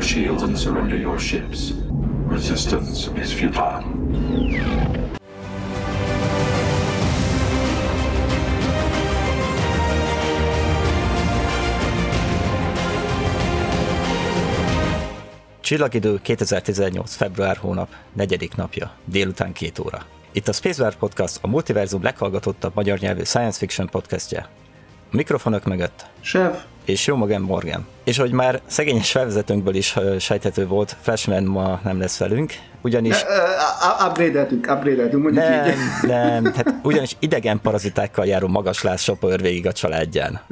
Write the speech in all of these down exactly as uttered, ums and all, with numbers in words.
your shields and surrender your ships. Resistance is futile. Csillagidő kétezer-tizennyolc. február hónap negyedik napja, délután két óra. Itt a Spacebar Podcast, a multiverzum leghallgatottabb magyar nyelvű science fiction podcastje. A mikrofonok mögött Sev és jó magam Morgan. És hogy már szegényes felvezetőnkből is sejthető volt, Flashman ma nem lesz velünk, ugyanis... Uh, upgrade-eltünk, upgrade-eltünk, mondjuk nem, így. Nem, hát ugyanis idegen parazitákkal járó magasláz sopor végig a családján.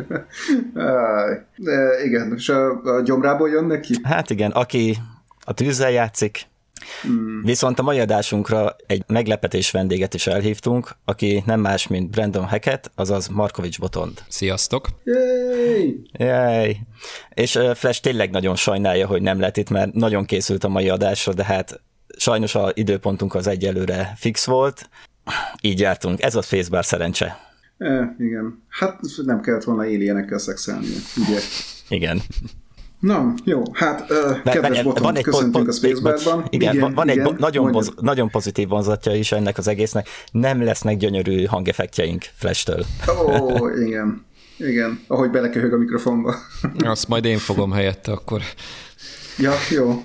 uh, igen, és a, a gyomrából jön neki? Hát igen, aki a tűzzel játszik, Hmm. Viszont a mai adásunkra egy meglepetés vendéget is elhívtunk, aki nem más, mint Brandon Hackett, azaz Markovics Botond. Sziasztok! Yay! Yay! És uh, Flash tényleg nagyon sajnálja, hogy nem lett itt, mert nagyon készült a mai adásra, de hát sajnos az időpontunk az egyelőre fix volt. Így jártunk. Ez a Spacebar szerencse. E, igen. Hát nem kellett volna alienekkel szexelnie, ugye? Igen. Na, jó, hát uh, kedves Botond, köszöntünk a Spacebarban. Igen, igen, van igen, egy bo- nagyon, poz- nagyon pozitív vonzatja is ennek az egésznek. Nem lesznek gyönyörű hangeffektjeink Flash-től. Ó, oh, igen, igen, ahogy beleköhög a mikrofonba. Azt majd én fogom helyette akkor. Ja, jó.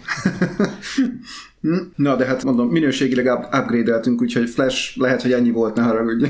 Na, de hát mondom, minőségileg upgrade-eltünk, úgyhogy Flash lehet, hogy ennyi volt, ne haragudj.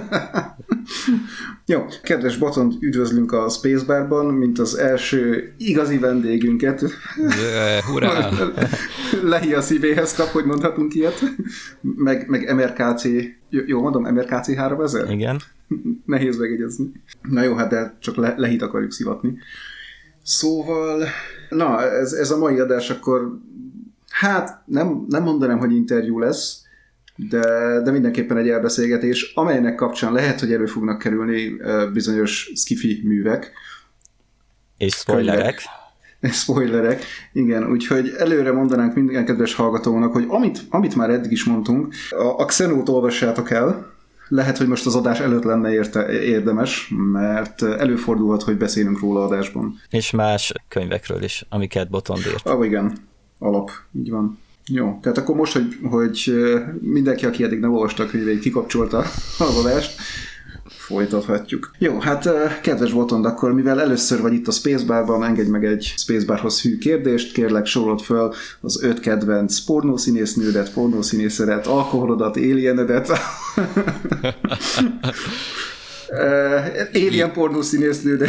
Jó, kedves Botond, üdvözlünk a Spacebarban, mint az első igazi vendégünket. Yeah, hurrá! Lehi a szívéhez kap, hogy mondhatunk ilyet. Meg, meg em er ká cé, jó mondom, em er ká cé háromezer? Igen. Nehéz megegyezni. Na jó, hát de csak le, Lehit akarjuk szivatni. Szóval, na, ez, ez a mai adás akkor, hát nem, nem mondanám, hogy interjú lesz, de, de mindenképpen egy elbeszélgetés, amelynek kapcsán lehet, hogy elő fognak kerülni bizonyos sci-fi művek. És spoilerek. Könyvek. Spoilerek, igen, úgyhogy előre mondanánk minden kedves hallgatónak, hogy amit, amit már eddig is mondtunk, a, a Xenót olvassátok el. Lehet, hogy most az adás előtt lenne érte, érdemes, mert előfordulhat, hogy beszélünk róla adásban. És más könyvekről is, amiket Botond írt. Ah, igen, alap, így van. Jó, tehát akkor most, hogy, hogy mindenki, aki eddig nem olvasta a könyveit, kikapcsolta az adást, folytathatjuk. Jó, hát kedves Botond, akkor mivel először vagy itt a Spacebarban, engedj meg egy Spacebarhoz hű kérdést, kérlek sorold föl az öt kedvenc pornószínésznődet, pornószínészedet, alkoholodat, alienedet, alien pornószínésznődet.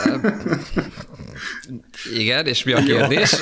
Igen, és mi a kérdés?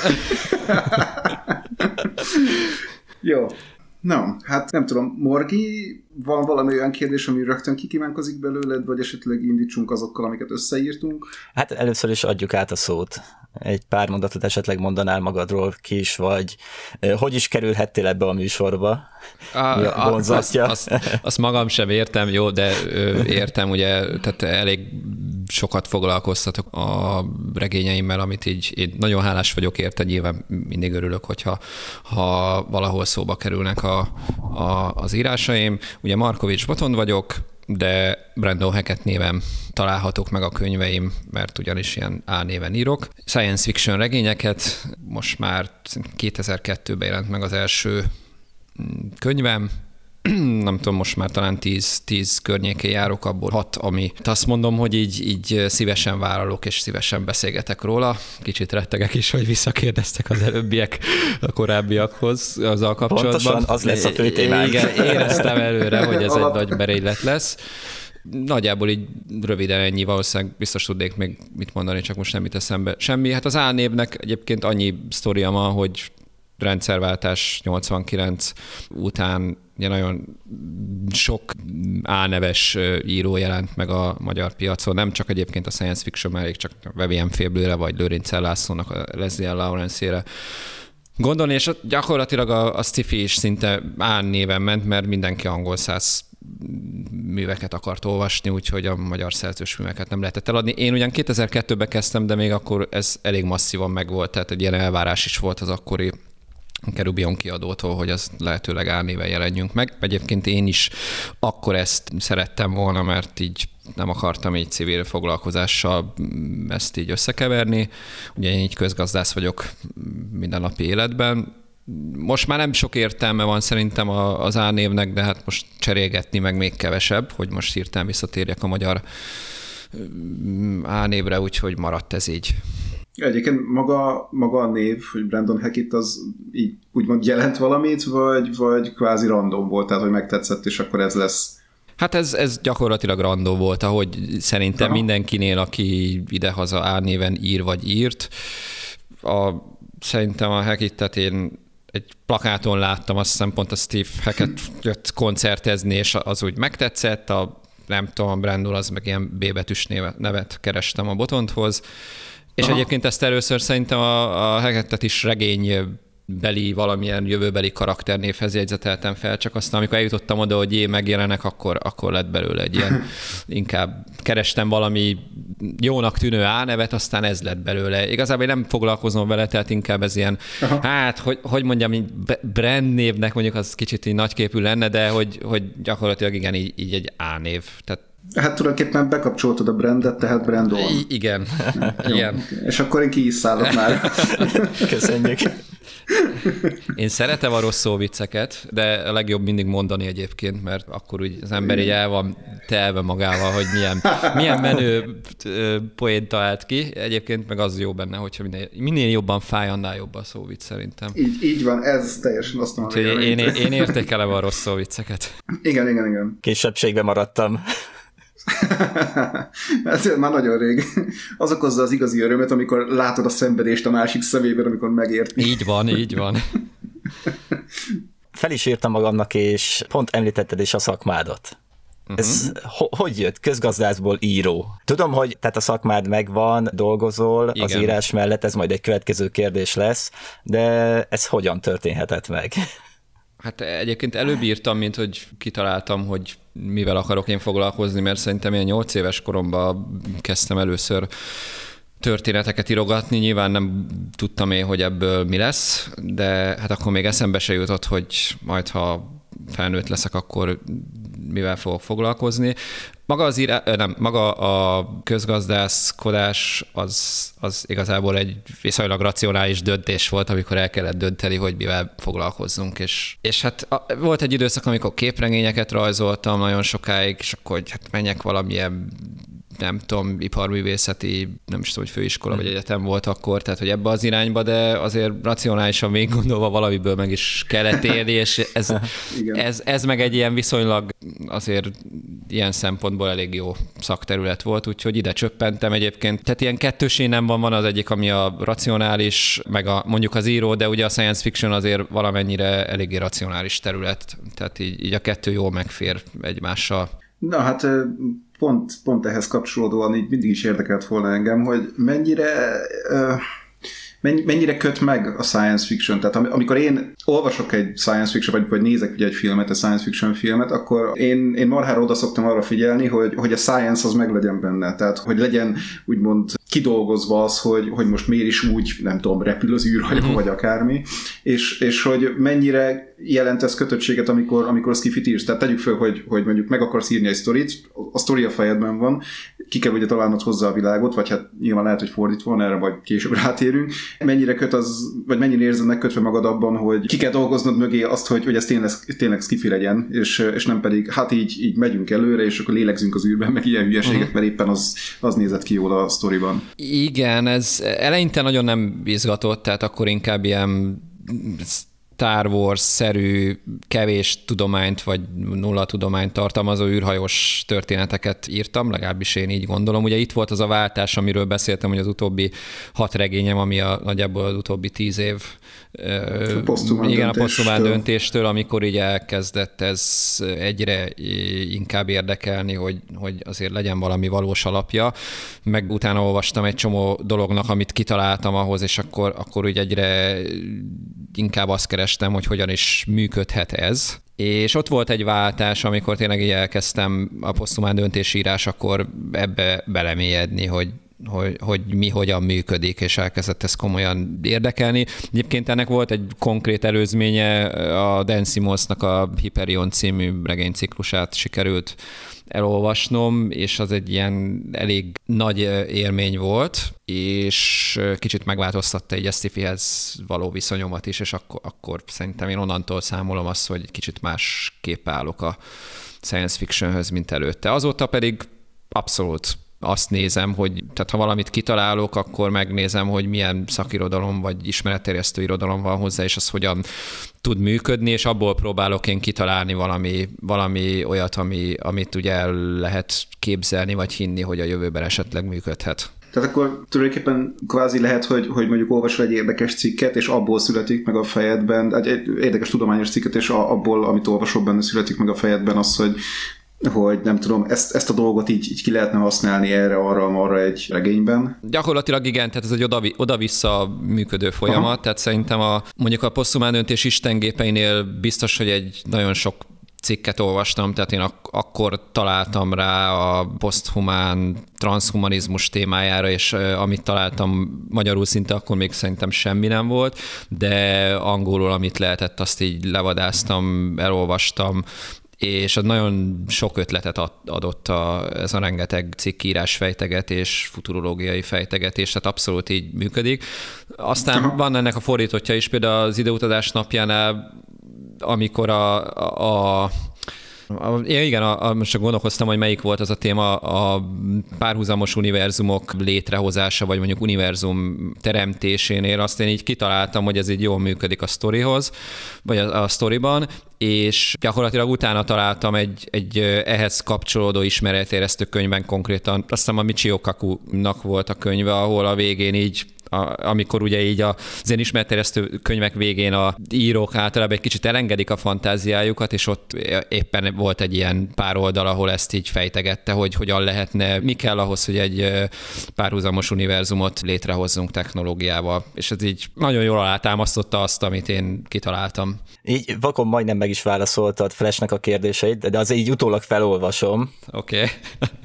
Jó. Na, hát nem tudom, Morgi, van valami olyan kérdés, ami rögtön kikívánkozik belőled, vagy esetleg indítsunk azokkal, amiket összeírtunk? Hát először is adjuk át a szót. Egy pár mondatot esetleg mondanál magadról, ki is vagy. Hogy is kerülhettél ebbe a műsorba? Mi a vonzatja? Azt, azt, azt magam sem értem, jó, de ö, értem, ugye, tehát elég sokat foglalkoztatok a regényeimmel, amit így én nagyon hálás vagyok érte, nyilván mindig örülök, hogyha ha valahol szóba kerülnek a, a, az írásaim. Ugye Markovics Botond vagyok, de Brandon Hackett néven találhatók meg a könyveim, mert ugyanis ilyen álnéven írok. Science fiction regényeket, most már kétezer-kettőben jelent meg az első könyvem, nem tudom, most már talán tíz, tíz környékén járok, abból hat, ami azt mondom, hogy így, így szívesen vállalok, és szívesen beszélgetek róla. Kicsit rettegek is, hogy visszakérdeztek az előbbiek a korábbiakhoz azzal kapcsolatban. Pontosan, az lesz a fő témánk. Igen, éreztem előre, hogy ez egy nagy berégylet lesz. Nagyjából így röviden ennyi, valószínűleg biztos tudnék még mit mondani, csak most nem jut eszembe semmi. Hát az álnévnek egyébként annyi sztoria van, hogy rendszerváltás nyolcvankilenc után ugye nagyon sok álneves író jelent meg a magyar piacon, nem csak egyébként a science fiction, elég csak Vivian Faibley-re vagy Lőrinc Lászlónak a Leslie Lawrence-ére gondolni, és gyakorlatilag a, a sci-fi is szinte álnéven ment, mert mindenki angol száz műveket akart olvasni, úgyhogy a magyar szerzős műveket nem lehetett eladni. Én ugyan kétezer-kettőben kezdtem, de még akkor ez elég masszívan megvolt, tehát egy ilyen elvárás is volt az akkori Kerubion kiadótól, hogy az lehetőleg álnéven jelenjünk meg. Egyébként én is akkor ezt szerettem volna, mert így nem akartam így civil foglalkozással ezt így összekeverni. Ugye én így közgazdász vagyok mindennapi életben. Most már nem sok értelme van szerintem az álnévnek, de hát most cserélgetni meg még kevesebb, hogy most hirtelen visszatérjek a magyar álnévre, úgyhogy maradt ez így. Egyébként maga, maga a név, hogy Brandon Hackett, az így úgymond jelent valamit, vagy, vagy kvázi random volt, tehát hogy megtetszett, és akkor ez lesz? Hát ez, ez gyakorlatilag random volt, ahogy szerintem Aha. mindenkinél, aki idehaza álnéven ír vagy írt. A, szerintem a Hackettet én egy plakáton láttam, azt hiszem pont a Steve Hackett jött koncertezni, és az úgy megtetszett, a nem tudom, Brandon az meg ilyen B betűs nevet kerestem a Botonthoz, és Aha. egyébként ezt először szerintem a, a Hackettet is regénybeli, valamilyen jövőbeli karakternévhez jegyzeteltem fel, csak aztán amikor eljutottam oda, hogy én megjelenek, akkor, akkor lett belőle egy ilyen, inkább kerestem valami jónak tűnő álnevet, aztán ez lett belőle. Igazából én nem foglalkozom vele, tehát inkább ez ilyen, Aha. hát, hogy, hogy mondjam, brand névnek mondjuk az kicsit így nagyképű lenne, de hogy, hogy gyakorlatilag igen, így, így egy álnév. Tehát hát tulajdonképpen bekapcsoltad a brandet, tehát Brandon. I- igen. igen. És akkor én ki is szállok már. Köszönjük. Én szeretem a rossz szóvicceket, de a legjobb mindig mondani egyébként, mert akkor úgy az ember így el van telve magával, hogy milyen, milyen menő poént talált ki. Egyébként meg az jó benne, hogyha minél, minél jobban fáj, annál jobb a szóvic szerintem. Így, így van, ez teljesen azt mondom. Én, én, én értékelem a rossz szóvicceket. Igen, igen, igen. Kisebbségben maradtam. Hát már nagyon rég. Az okozza az igazi örömet, amikor látod a szenvedést a másik szemében, amikor megért. Így van, így van. Fel is írtam magamnak, és pont említetted is a szakmádat. Uh-huh. Ez ho- hogy jött? Közgazdászból író. Tudom, hogy tehát a szakmád megvan, dolgozol Igen. az írás mellett, ez majd egy következő kérdés lesz, de ez hogyan történhetett meg? Hát egyébként előbb írtam, mint hogy kitaláltam, hogy mivel akarok én foglalkozni, mert szerintem ilyen nyolc éves koromban kezdtem először történeteket írogatni, nyilván nem tudtam én, hogy ebből mi lesz, de hát akkor még eszembe se jutott, hogy majd ha felnőtt leszek, akkor mivel fogok foglalkozni. Maga az írá... nem, maga a közgazdászkodás az, az igazából egy viszonylag racionális döntés volt, amikor el kellett dönteni, hogy mivel foglalkozzunk. És, és hát a, volt egy időszak, amikor képregényeket rajzoltam nagyon sokáig, és akkor hogy hát menjek valamilyen nem tudom, iparművészeti, nem is tudom, hogy főiskola vagy egyetem volt akkor, tehát hogy ebbe az irányba, de azért racionálisan végig gondolva valamiből meg is kellett élni, és ez, ez, ez meg egy ilyen viszonylag azért ilyen szempontból elég jó szakterület volt, úgyhogy ide csöppentem egyébként. Tehát ilyen kettőség van, van az egyik, ami a racionális, meg a, mondjuk az író, de ugye a science fiction azért valamennyire eléggé racionális terület, tehát így, így a kettő jól megfér egymással. Na hát pont, pont ehhez kapcsolódóan így mindig is érdekelt volna engem, hogy mennyire, uh, mennyire köt meg a science fiction. Tehát amikor én olvasok egy science fiction, vagy, vagy nézek ugye egy filmet, egy science fiction filmet, akkor én, én marhára oda szoktam arra figyelni, hogy, hogy a science az meg legyen benne. Tehát, hogy legyen úgymond kidolgozva az, hogy, hogy most miért is úgy, nem tudom, repül az űrhajó, uh-huh. vagy akármi, és, és hogy mennyire jelent ez kötöttséget, amikor, amikor skifit írsz. Tehát tegyük föl, hogy, hogy mondjuk meg akarsz írni egy sztorit, a sztori a fejedben van, ki kell ugye találnod hozzá a világot, vagy hát nyilván lehet, hogy fordítva van, erre majd később rátérünk. Mennyire köt az, vagy mennyire érzed megkötve magad abban, hogy ki kell dolgoznod mögé azt, hogy, hogy ez tényleg, tényleg skifi legyen, és, és nem pedig, hát így, így megyünk előre, és akkor lélegzünk az űrben, meg ilyen hülyeségek, uh-huh. mert éppen az, az nézett ki jól a sztoriban. Igen, ez eleinte nagyon nem izgatott, tehát akkor inkább ilyen Star Wars-szerű, kevés tudományt, vagy nulla tudományt tartalmazó űrhajós történeteket írtam, legalábbis én így gondolom. Ugye itt volt az a váltás, amiről beszéltem, hogy az utóbbi hat regényem, ami a, nagyjából az utóbbi tíz év a posztumán igen, döntéstől. a posztumán döntéstől, amikor így elkezdett ez egyre inkább érdekelni, hogy, hogy azért legyen valami valós alapja. Meg utána olvastam egy csomó dolognak, amit kitaláltam ahhoz, és akkor, akkor úgy egyre inkább azt kerestem, hogy hogyan is működhet ez. És ott volt egy váltás, amikor tényleg így elkezdtem a posztumán döntésírás, akkor ebbe belemélyedni, hogy Hogy, hogy mi hogyan működik, és elkezdett ez komolyan érdekelni. Egyébként ennek volt egy konkrét előzménye, a Dan Simmonsnak a Hyperion című regényciklusát sikerült elolvasnom, és az egy ilyen elég nagy élmény volt, és kicsit megváltoztatta egy Esztifihez való viszonyomat is, és akkor, akkor szerintem én onnantól számolom azt, hogy kicsit másképp állok a science fictionhöz, mint előtte. Azóta pedig abszolút azt nézem, hogy tehát ha valamit kitalálok, akkor megnézem, hogy milyen szakirodalom vagy ismeretterjesztő irodalom van hozzá, és az hogyan tud működni, és abból próbálok én kitalálni valami, valami olyat, ami, amit ugye el lehet képzelni, vagy hinni, hogy a jövőben esetleg működhet. Tehát akkor tulajdonképpen kvázi lehet, hogy, hogy mondjuk olvasol egy érdekes cikket, és abból születik meg a fejedben, egy érdekes tudományos cikket, és abból, amit olvasol benne, születik meg a fejedben az, hogy hogy nem tudom, ezt, ezt a dolgot így, így ki lehetne használni erre, arra, arra egy regényben. Gyakorlatilag igen, tehát ez egy oda, oda-vissza működő folyamat, aha. Tehát szerintem a, mondjuk a poszthumán döntés istengépeinél biztos, hogy egy nagyon sok cikket olvastam, tehát én ak- akkor találtam rá a poszthumán transhumanizmus témájára, és uh, amit találtam magyarul szinte, akkor még szerintem semmi nem volt, de angolul, amit lehetett, azt így levadáztam, elolvastam, és az nagyon sok ötletet adott a, ez a rengeteg cikkírás fejtegetés, futurológiai fejtegetés, tehát abszolút így működik. Aztán aha. van ennek a fordítottja is, például az Időutazás napjánál, amikor a, a, a A, igen, a, a, most csak gondolkoztam, hogy melyik volt az a téma, a párhuzamos univerzumok létrehozása, vagy mondjuk univerzum teremtésénél, azt én így kitaláltam, hogy ez így jól működik a sztorihoz, vagy a, a sztoriban, és gyakorlatilag utána találtam egy, egy ehhez kapcsolódó ismeretéresztő könyvben konkrétan, azt hiszem a Michio Kaku-nak volt a könyve, ahol a végén így A, amikor ugye így az ilyen ismeretterjesztő könyvek végén a írók általában egy kicsit elengedik a fantáziájukat, és ott éppen volt egy ilyen pár oldal, ahol ezt így fejtegette, hogy hogyan lehetne, mi kell ahhoz, hogy egy párhuzamos univerzumot létrehozzunk technológiával. És ez így nagyon jól alátámasztotta azt, amit én kitaláltam. Így vakon majdnem meg is válaszoltad Flashnek a kérdéseit, de azért így utólag felolvasom. Oké. Okay.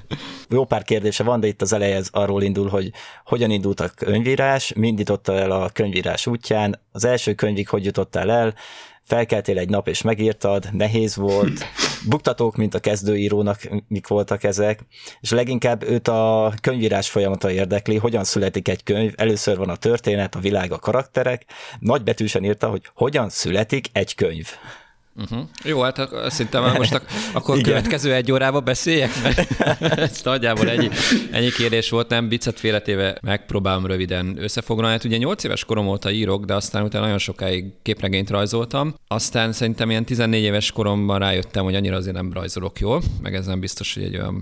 Jó pár kérdése van, de itt az eleje arról indul, hogy hogyan indult a könyvírás, mi indította el a könyvírás útján, az első könyvig hogy jutottál el, felkeltél egy nap és megírtad, nehéz volt, buktatók, mint a kezdőírónak, mik voltak ezek, és leginkább őt a könyvírás folyamata érdekli, hogyan születik egy könyv, először van a történet, a világ, a karakterek, nagybetűsen írta, hogy hogyan születik egy könyv. Uh-huh. Jó, hát szerintem most ak- akkor igen. Következő egy órába beszéljek, mert ez nagyjából ennyi, ennyi kérdés volt, nem viccet félretéve megpróbálom röviden összefoglalni. Hát ugye nyolc éves korom óta írok, de aztán utána nagyon sokáig képregényt rajzoltam. Aztán szerintem ilyen tizennégy éves koromban rájöttem, hogy annyira azért nem rajzolok jól, meg ez nem biztos, hogy egy olyan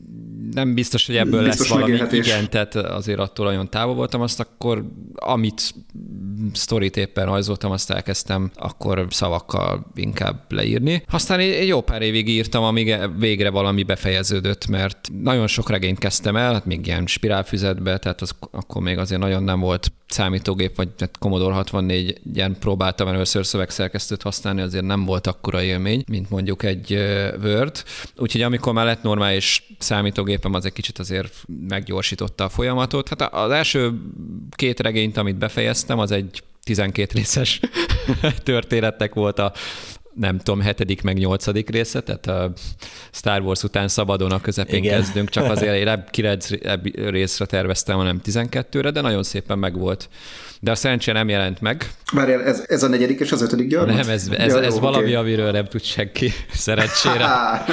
nem biztos, hogy ebből biztos lesz valami, igen, tehát azért attól nagyon távol voltam, azt akkor, amit sztorit éppen rajzoltam, azt elkezdtem akkor szavakkal inkább leírni. Aztán egy jó pár évig írtam, amíg végre valami befejeződött, mert nagyon sok regényt kezdtem el, hát még ilyen spirálfüzetbe, tehát az, akkor még azért nagyon nem volt számítógép, vagy Commodore hatvannégyen próbáltam először szövegszerkesztőt használni, azért nem volt akkora élmény, mint mondjuk egy Word. Úgyhogy amikor már lett normális számítógépem, az egy kicsit azért meggyorsította a folyamatot. Hát az első két regényt, amit befejeztem, az egy tizenkét részes történetnek volt a nem tudom, hetedik meg nyolcadik része, tehát a Star Wars után szabadon a közepén igen. kezdünk, csak azért nem kilenc részre terveztem, hanem tizenkettőre, de nagyon szépen megvolt. De a szerencsére nem jelent meg. Várjál, ez, ez a negyedik és az ötödik gyarmat? Nem, ez, ez, ja, ez jó, valami, okay. Amiről nem tud senki, szerencsére.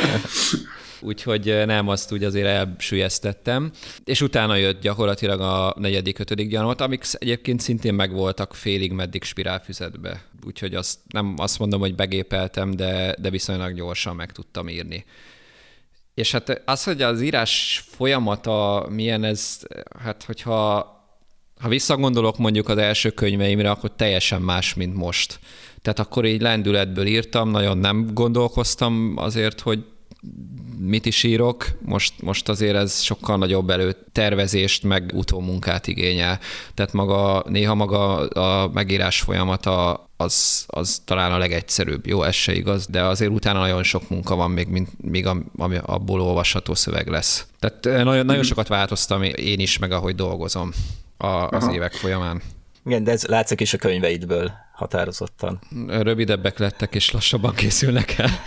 Úgyhogy nem, azt úgy azért elsüllyesztettem. És utána jött gyakorlatilag a negyedik, ötödik gyarmat, amik egyébként szintén megvoltak félig meddig spirálfüzetbe. Úgyhogy azt nem azt mondom, hogy begépeltem, de, de viszonylag gyorsan meg tudtam írni. És hát az, hogy az írás folyamata milyen ez, hát hogyha ha visszagondolok mondjuk az első könyveimre, akkor teljesen más, mint most. Tehát akkor így lendületből írtam, nagyon nem gondolkoztam azért, hogy mit is írok, most, most azért ez sokkal nagyobb előtervezést, meg utómunkát igényel. Tehát maga, néha maga a megírás folyamata az, az talán a legegyszerűbb. Jó, ez se igaz, de azért utána nagyon sok munka van még, mint, még ami abból olvasható szöveg lesz. Tehát nagyon, nagyon sokat változtam én is, meg ahogy dolgozom a, az Aha. évek folyamán. Igen, de ez látszik is a könyveidből határozottan. Rövidebbek lettek, és lassabban készülnek el.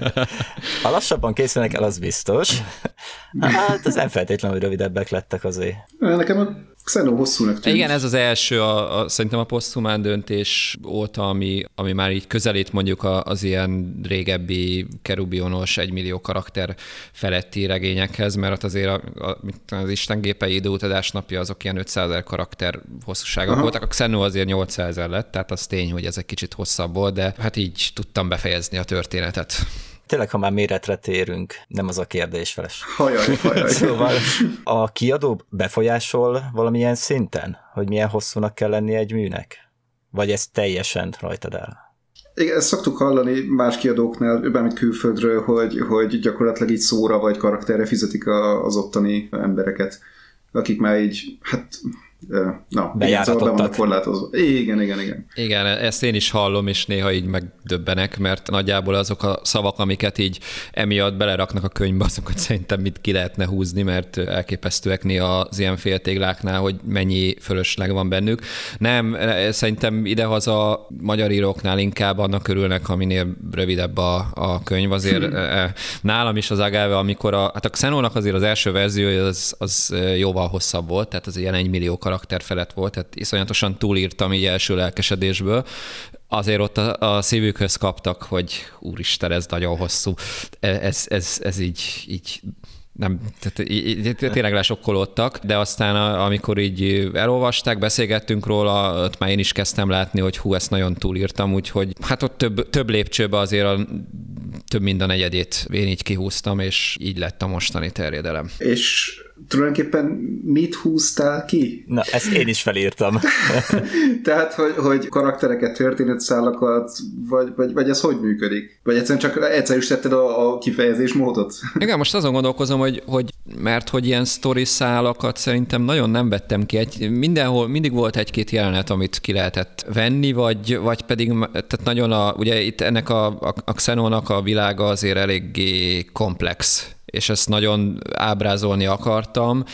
Ha lassabban készülnek el, az biztos. Hát ez nem feltétlenül, hogy rövidebbek lettek azért. Nekem a Xeno hosszúnak tűnt. Igen, ez az első, a, a, szerintem a poszthumán döntés óta, ami, ami már így közelít mondjuk az ilyen régebbi kerubionos egymillió karakter feletti regényekhez, mert ott azért a, a, az istengépei időutazás napja azok ilyen ötszázezer karakter hosszúságok voltak. A Xeno azért nyolcszázezer lett, tehát az tény, hogy ez egy kicsit hosszabb volt, de hát így tudtam befejezni a történetet. Tényleg, ha már méretre térünk, nem az a kérdés feles. Hajaj, hajaj. Szóval a kiadó befolyásol valamilyen szinten, hogy milyen hosszúnak kell lenni egy műnek? Vagy ez teljesen rajtad el? Igen, ezt szoktuk hallani más kiadóknál, bármit külföldről, hogy, hogy gyakorlatilag így szóra vagy karakterre fizetik az ottani embereket, akik már így, hát... Na, bejáratottak. Igen, igen, igen. Igen, ezt én is hallom, és néha így megdöbbenek, mert nagyjából azok a szavak, amiket így emiatt beleraknak a könyvbe, azokat szerintem mit ki lehetne húzni, mert elképesztőek néha az ilyen féltégláknál, hogy mennyi fölösleg van bennük. Nem, szerintem idehaza magyar íróknál inkább annak örülnek, aminél rövidebb a, a könyv. Azért hmm. nálam is az Agave, amikor a, hát a Xenónak azért az első verziója az, az jóval hosszabb volt, tehát az ilyen egymillió karakter felett volt, tehát iszonyatosan túlírtam így első lelkesedésből. Azért ott a, a szívükhöz kaptak, hogy úristen, ez nagyon hosszú. Ez, ez, ez így, így nem, tehát így, tényleg lesokkolódtak, de aztán amikor így elolvasták, beszélgettünk róla, ott már én is kezdtem látni, hogy hú, ezt nagyon túlírtam, úgyhogy hát ott több, több lépcsőbe azért a, több mint a negyedét én így kihúztam, és így lett a mostani terjedelem. És tulajdonképpen mit húztál ki? Na, ezt én is felírtam. Tehát, hogy, hogy karaktereket, történetszálakat, vagy, vagy, vagy ez hogy működik? Vagy egyszerűen csak egyszerűsítetted a, a kifejezés módot? Igen, most azon gondolkozom, hogy, hogy mert hogy ilyen sztori szálakat szerintem nagyon nem vettem ki. Egy, mindenhol, mindig volt egy-két jelenet, amit ki lehetett venni, vagy, vagy pedig tehát nagyon a, ugye itt ennek a, a, a Xenónak a világa azért eléggé komplex, és ezt nagyon ábrázolni akartam,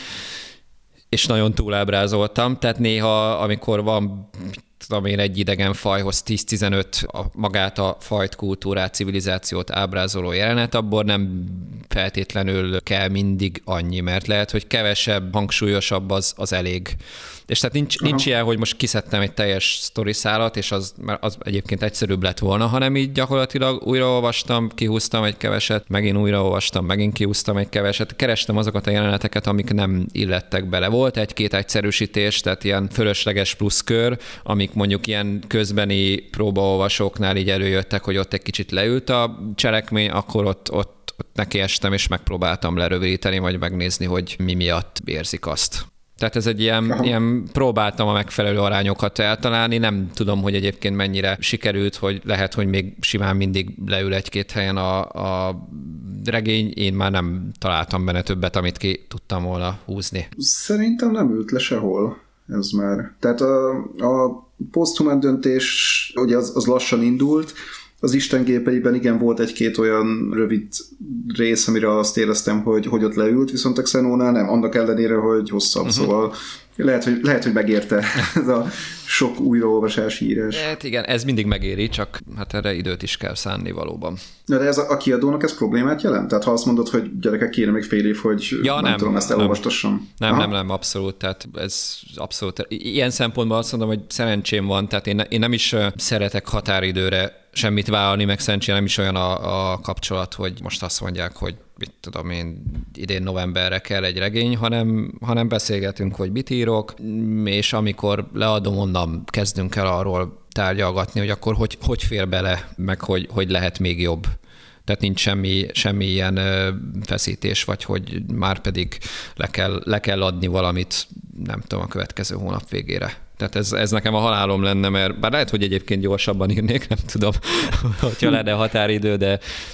és nagyon túlábrázoltam, tehát néha, amikor van, tudom én, egy idegen fajhoz tíz-tizenöt a, magát a fajt, kultúrát, civilizációt ábrázoló jelenet, abból nem feltétlenül kell mindig annyi, mert lehet, hogy kevesebb, hangsúlyosabb az, az elég. És tehát nincs, nincs ilyen, hogy most kiszedtem egy teljes sztori szálat, és az, mert az egyébként egyszerűbb lett volna, hanem így gyakorlatilag újraolvastam, kihúztam egy keveset, megint újraolvastam, megint kihúztam egy keveset. Kerestem azokat a jeleneteket, amik nem illettek bele. Volt egy-két egyszerűsítés, tehát ilyen fölösleges pluszkör, amik mondjuk ilyen közbeni próbaolvasóknál így előjöttek, hogy ott egy kicsit leült a cselekmény, akkor ott, ott, ott nekiestem, és megpróbáltam lerövidíteni, vagy megnézni, hogy mi miatt érzik azt. Tehát ez egy ilyen, ilyen, próbáltam a megfelelő arányokat eltalálni, nem tudom, hogy egyébként mennyire sikerült, hogy lehet, hogy még simán mindig leül egy-két helyen a, a regény, én már nem találtam benne többet, amit ki tudtam volna húzni. Szerintem nem ült le sehol ez már. Tehát a, a poszthumán döntés, ugye az, az lassan indult, az istengépeiben igen volt egy-két olyan rövid rész, amire azt éreztem, hogy, hogy ott leült, viszont a Xenónál nem, annak ellenére, hogy hosszabb, uh-huh. Szóval lehet hogy, lehet, hogy megérte ez a sok újraolvasási írás. Hát igen, ez mindig megéri, csak hát erre időt is kell szánni valóban. De ez a, a kiadónak ez problémát jelent? Tehát ha azt mondod, hogy gyerekek, kéne még fél év, hogy ja, nem, nem tudom, ezt elolvastassam. Nem, nem, nem, abszolút. Tehát ez abszolút. Ilyen szempontból azt mondom, hogy szerencsém van, tehát én, én nem is szeretek határidőre semmit vállalni, meg szerencsére nem is olyan a, a kapcsolat, hogy most azt mondják, hogy mit tudom én, idén novemberre kell egy regény, hanem, hanem beszélgetünk, hogy mit írok, és amikor leadom, onnan kezdünk el arról tárgyalgatni, hogy akkor hogy, hogy fér bele, meg hogy, hogy lehet még jobb. Tehát nincs semmi, semmi ilyen feszítés, vagy hogy már pedig le kell, le kell adni valamit, nem tudom, a következő hónap végére. Tehát ez, ez nekem a halálom lenne, mert bár lehet, hogy egyébként gyorsabban írnék, nem tudom, hogyha lenne határidő, de,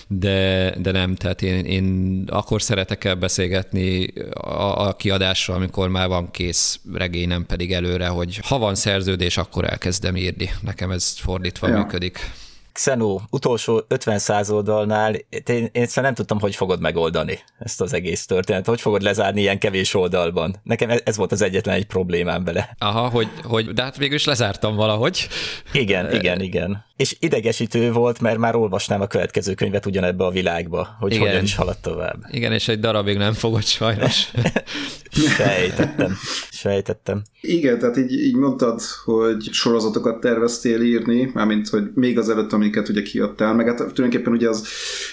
de, de nem. Tehát én, én akkor szeretek el beszélgetni a, a kiadásról, amikor már van kész regény, nem pedig előre, hogy ha van szerződés, akkor elkezdem írni. Nekem ez fordítva ja. működik. Xeno, utolsó ötven-száz oldalnál én, én egyszerűen nem tudtam, hogy fogod megoldani ezt az egész történetet, hogy fogod lezárni ilyen kevés oldalban. Nekem ez volt az egyetlen egy problémám vele. Aha, hogy, hogy de hát végül is lezártam valahogy. Igen, igen, igen. És idegesítő volt, mert már olvasnám a következő könyvet ugyanebbe a világba, hogy igen. Hogyan is halad tovább. Igen, és egy darabig nem fogod sajnos. Sejtettem, sejtettem. Igen, tehát így, így mondtad, hogy sorozatokat terveztél írni, mármint, hogy még azelőtt, amiket ugye kiadtál, meg hát tulajdonképpen ugye az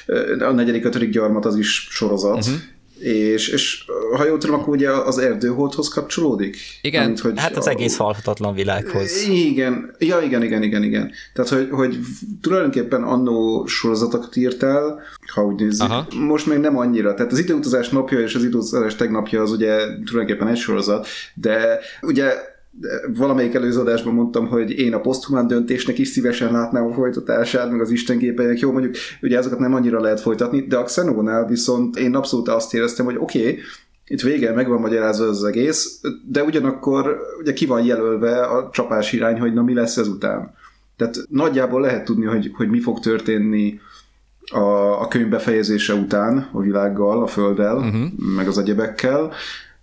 a negyedik, ötödik gyarmat az is sorozat, uh-huh. És, és ha jól tudom, akkor ugye az Erdőholdhoz kapcsolódik? Igen, Amint, hogy hát az a... egész halhatatlan világhoz. Igen, ja, igen, igen, igen, igen. Tehát, hogy, hogy tulajdonképpen annó sorozatokat írtál, ha úgy nézzük, aha. Most még nem annyira. Tehát az Időutazás napja és az Időutazás tegnapja az ugye tulajdonképpen egy sorozat, de ugye valamelyik előző adásban mondtam, hogy én a poszthumán döntésnek is szívesen látnám a folytatását, meg az istengépeinek. Jó, mondjuk ugye azokat nem annyira lehet folytatni, de a Xenónál viszont én abszolút azt éreztem, hogy oké, okay, itt végén meg van magyarázva az egész, de ugyanakkor ugye ki van jelölve a csapás irány, hogy na mi lesz ezután. Tehát nagyjából lehet tudni, hogy, hogy mi fog történni a, a könyv befejezése után a világgal, a földdel, uh-huh. meg az egyebekkel.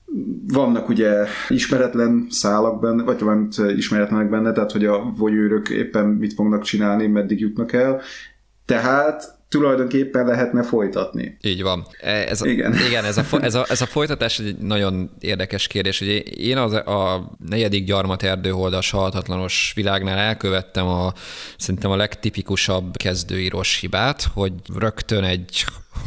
Vannak ugye ismeretlen szálak benne, vagy valamint ismeretlenek benne, tehát hogy a vogyőrök éppen mit fognak csinálni, meddig jutnak el. Tehát tulajdonképpen lehetne folytatni. Így van. Ez a, igen, igen ez, a, ez, a, ez a folytatás egy nagyon érdekes kérdés. Ugye én az a negyedik gyarmat Erdőholdas halhatatlanos világnál elkövettem a, szerintem a legtipikusabb kezdőírós hibát, hogy rögtön egy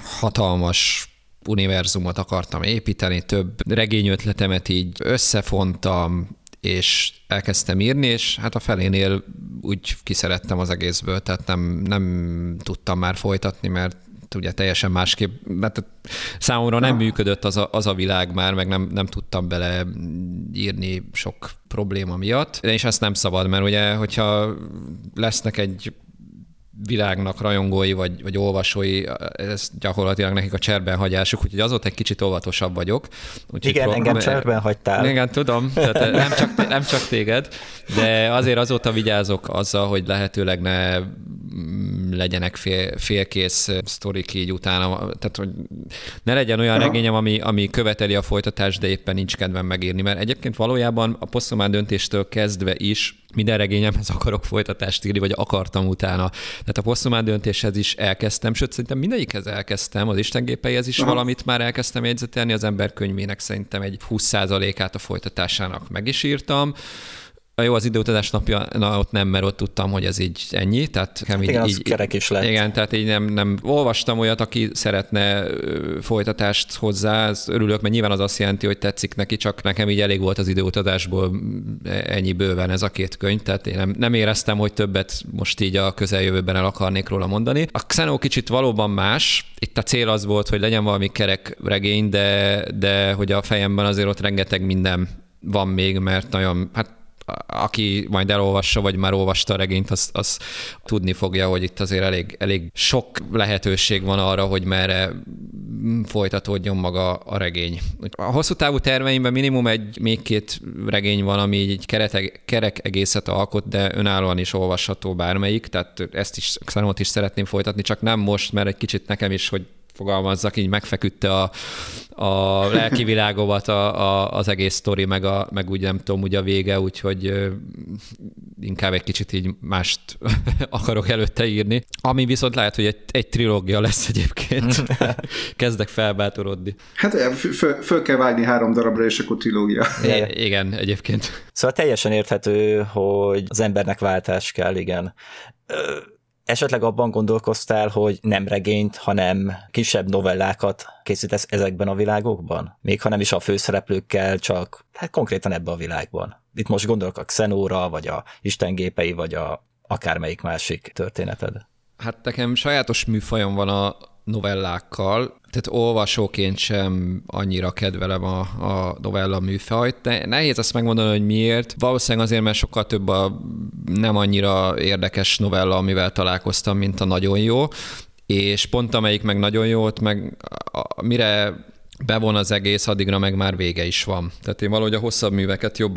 hatalmas univerzumot akartam építeni, több regényötletemet így összefontam, és elkezdtem írni, és hát a felénél úgy kiszerettem az egészből, tehát nem, nem tudtam már folytatni, mert ugye teljesen másképp, mert számomra nem működött az a, az a világ már, meg nem, nem tudtam bele írni sok probléma miatt, és ezt nem szabad, mert ugye, hogyha lesznek egy világnak rajongói vagy, vagy olvasói, ez gyakorlatilag nekik a cserben hagyásuk, úgyhogy azóta egy kicsit óvatosabb vagyok. Úgyhogy igen, pro... engem cserben hagytál. Igen, tudom, tehát nem csak, nem csak téged, de azért azóta vigyázok azzal, hogy lehetőleg ne legyenek fél, félkész sztorik így utána, tehát hogy ne legyen olyan Aha. regényem, ami, ami követeli a folytatást, de éppen nincs kedvem megírni, mert egyébként valójában a poszthumán döntéstől kezdve is minden regényemhez akarok folytatást írni, vagy akartam utána. Tehát a poszthumán döntéshez is elkezdtem, sőt szerintem mindegyikhez elkezdtem, az istengépeihez is Aha. valamit már elkezdtem jegyzetelni, az ember könyvének szerintem egy húsz százalékát a folytatásának meg is írtam. Jó, az Időutazás napja, na, ott nem, mert ott tudtam, hogy ez így ennyi. Tehát hát igen, így, az kerek is lett. Igen, tehát így nem, nem olvastam olyat, aki szeretne folytatást hozzá, ez örülök, mert nyilván az azt jelenti, hogy tetszik neki, csak nekem így elég volt az Időutazásból ennyi bőven ez a két könyv, tehát én nem, nem éreztem, hogy többet most így a közeljövőben el akarnék róla mondani. A Xeno kicsit valóban más, itt a cél az volt, hogy legyen valami kerek regény, de, de hogy a fejemben azért ott rengeteg minden van még, mert nagyon, hát aki majd elolvassa, vagy már olvasta a regényt, az, az tudni fogja, hogy itt azért elég, elég sok lehetőség van arra, hogy merre folytatódjon maga a regény. A hosszú távú terveimben minimum egy, még két regény van, ami így kerek, kerek egészet alkot, de önállóan is olvasható bármelyik, tehát ezt is, Xenót is szeretném folytatni, csak nem most, mert egy kicsit nekem is, hogy fogalmazzak, így megfeküdte a, a lelki világomat a, a, az egész sztori, meg, a, meg úgy nem tudom, úgy a vége, úgyhogy ö, inkább egy kicsit így mást akarok előtte írni. Ami viszont lehet, hogy egy, egy trilógia lesz egyébként. Kezdek felbátorodni. Hát föl, föl kell vágni három darabra, és akkor trilógia. I- igen, egyébként. Szóval teljesen érthető, hogy az embernek váltás kell, igen. Ö, Esetleg abban gondolkoztál, hogy nem regényt, hanem kisebb novellákat készítesz ezekben a világokban? Még ha nem is a főszereplőkkel, csak hát konkrétan ebben a világban. Itt most gondolok a Xenóra, vagy a istengépei, vagy a akármelyik másik történeted. Hát nekem sajátos műfajom van a novellákkal, tehát olvasóként sem annyira kedvelem a, a novella műfajt, de nehéz azt megmondani, hogy miért. Valószínűleg azért, mert sokkal több a nem annyira érdekes novella, amivel találkoztam, mint a nagyon jó, és pont amelyik meg nagyon jó, ott meg a, mire bevon az egész, addigra meg már vége is van. Tehát én valahogy a hosszabb műveket jobban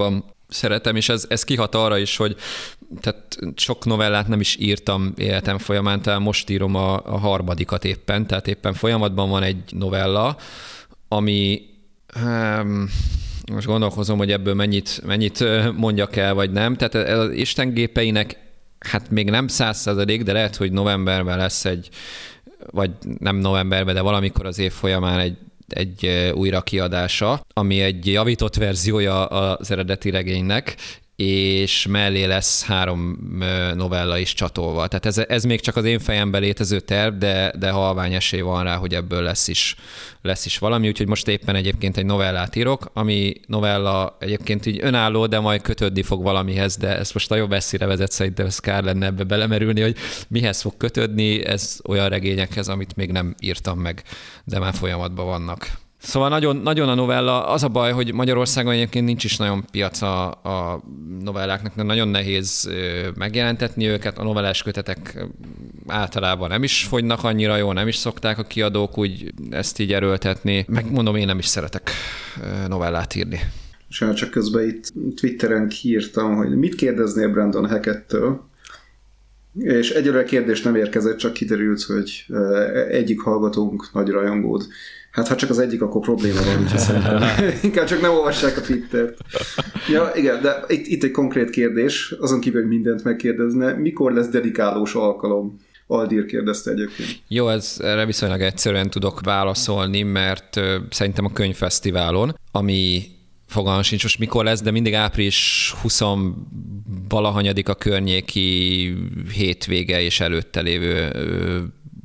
szeretem, és ez, ez kihat arra is, hogy tehát sok novellát nem is írtam életem folyamán, tehát most írom a, a harmadikat éppen, tehát éppen folyamatban van egy novella, ami um, most gondolkozom, hogy ebből mennyit, mennyit mondjak el, vagy nem. Tehát az Isten gépeinek hát még nem száz százalék, de lehet, hogy novemberben lesz egy, vagy nem novemberben, de valamikor az év folyamán egy, egy újra kiadása, ami egy javított verziója az eredeti regénynek, és mellé lesz három novella is csatolva. Tehát ez, ez még csak az én fejemben létező terv, de, de halvány esély van rá, hogy ebből lesz is, lesz is valami, úgyhogy most éppen egyébként egy novellát írok, ami novella egyébként így önálló, de majd kötődni fog valamihez, de ez most nagyon messzire vezet, szerintem ez kár lenne ebbe belemerülni, hogy mihez fog kötődni, ez olyan regényekhez, amit még nem írtam meg, de már folyamatban vannak. Szóval nagyon, nagyon a novella, az a baj, hogy Magyarországon egyébként nincs is nagyon piaca a novelláknak, de nagyon nehéz megjelentetni őket, a novellás kötetek általában nem is fogynak annyira jól, nem is szokták a kiadók úgy ezt így erőltetni. Megmondom, én nem is szeretek novellát írni. Sajnálom, csak közben itt Twitteren kiírtam, hogy mit kérdeznél Brandon Hackettől, és egyelőre kérdés nem érkezett, csak kiderült, hogy egyik hallgatónk nagy rajongód. Hát ha csak az egyik, akkor probléma van, úgyhogy szerintem inkább csak nem olvassák a Twittert. Ja, igen, de itt, itt egy konkrét kérdés, azon kívül, hogy mindent megkérdezne, mikor lesz dedikálós alkalom? Aldir kérdezte egyébként. Jó, ez, erre viszonylag egyszerűen tudok válaszolni, mert uh, szerintem a könyvfesztiválon, ami fogalmam sincs most mikor lesz, de mindig április huszadika környéki hétvége és előtte lévő uh,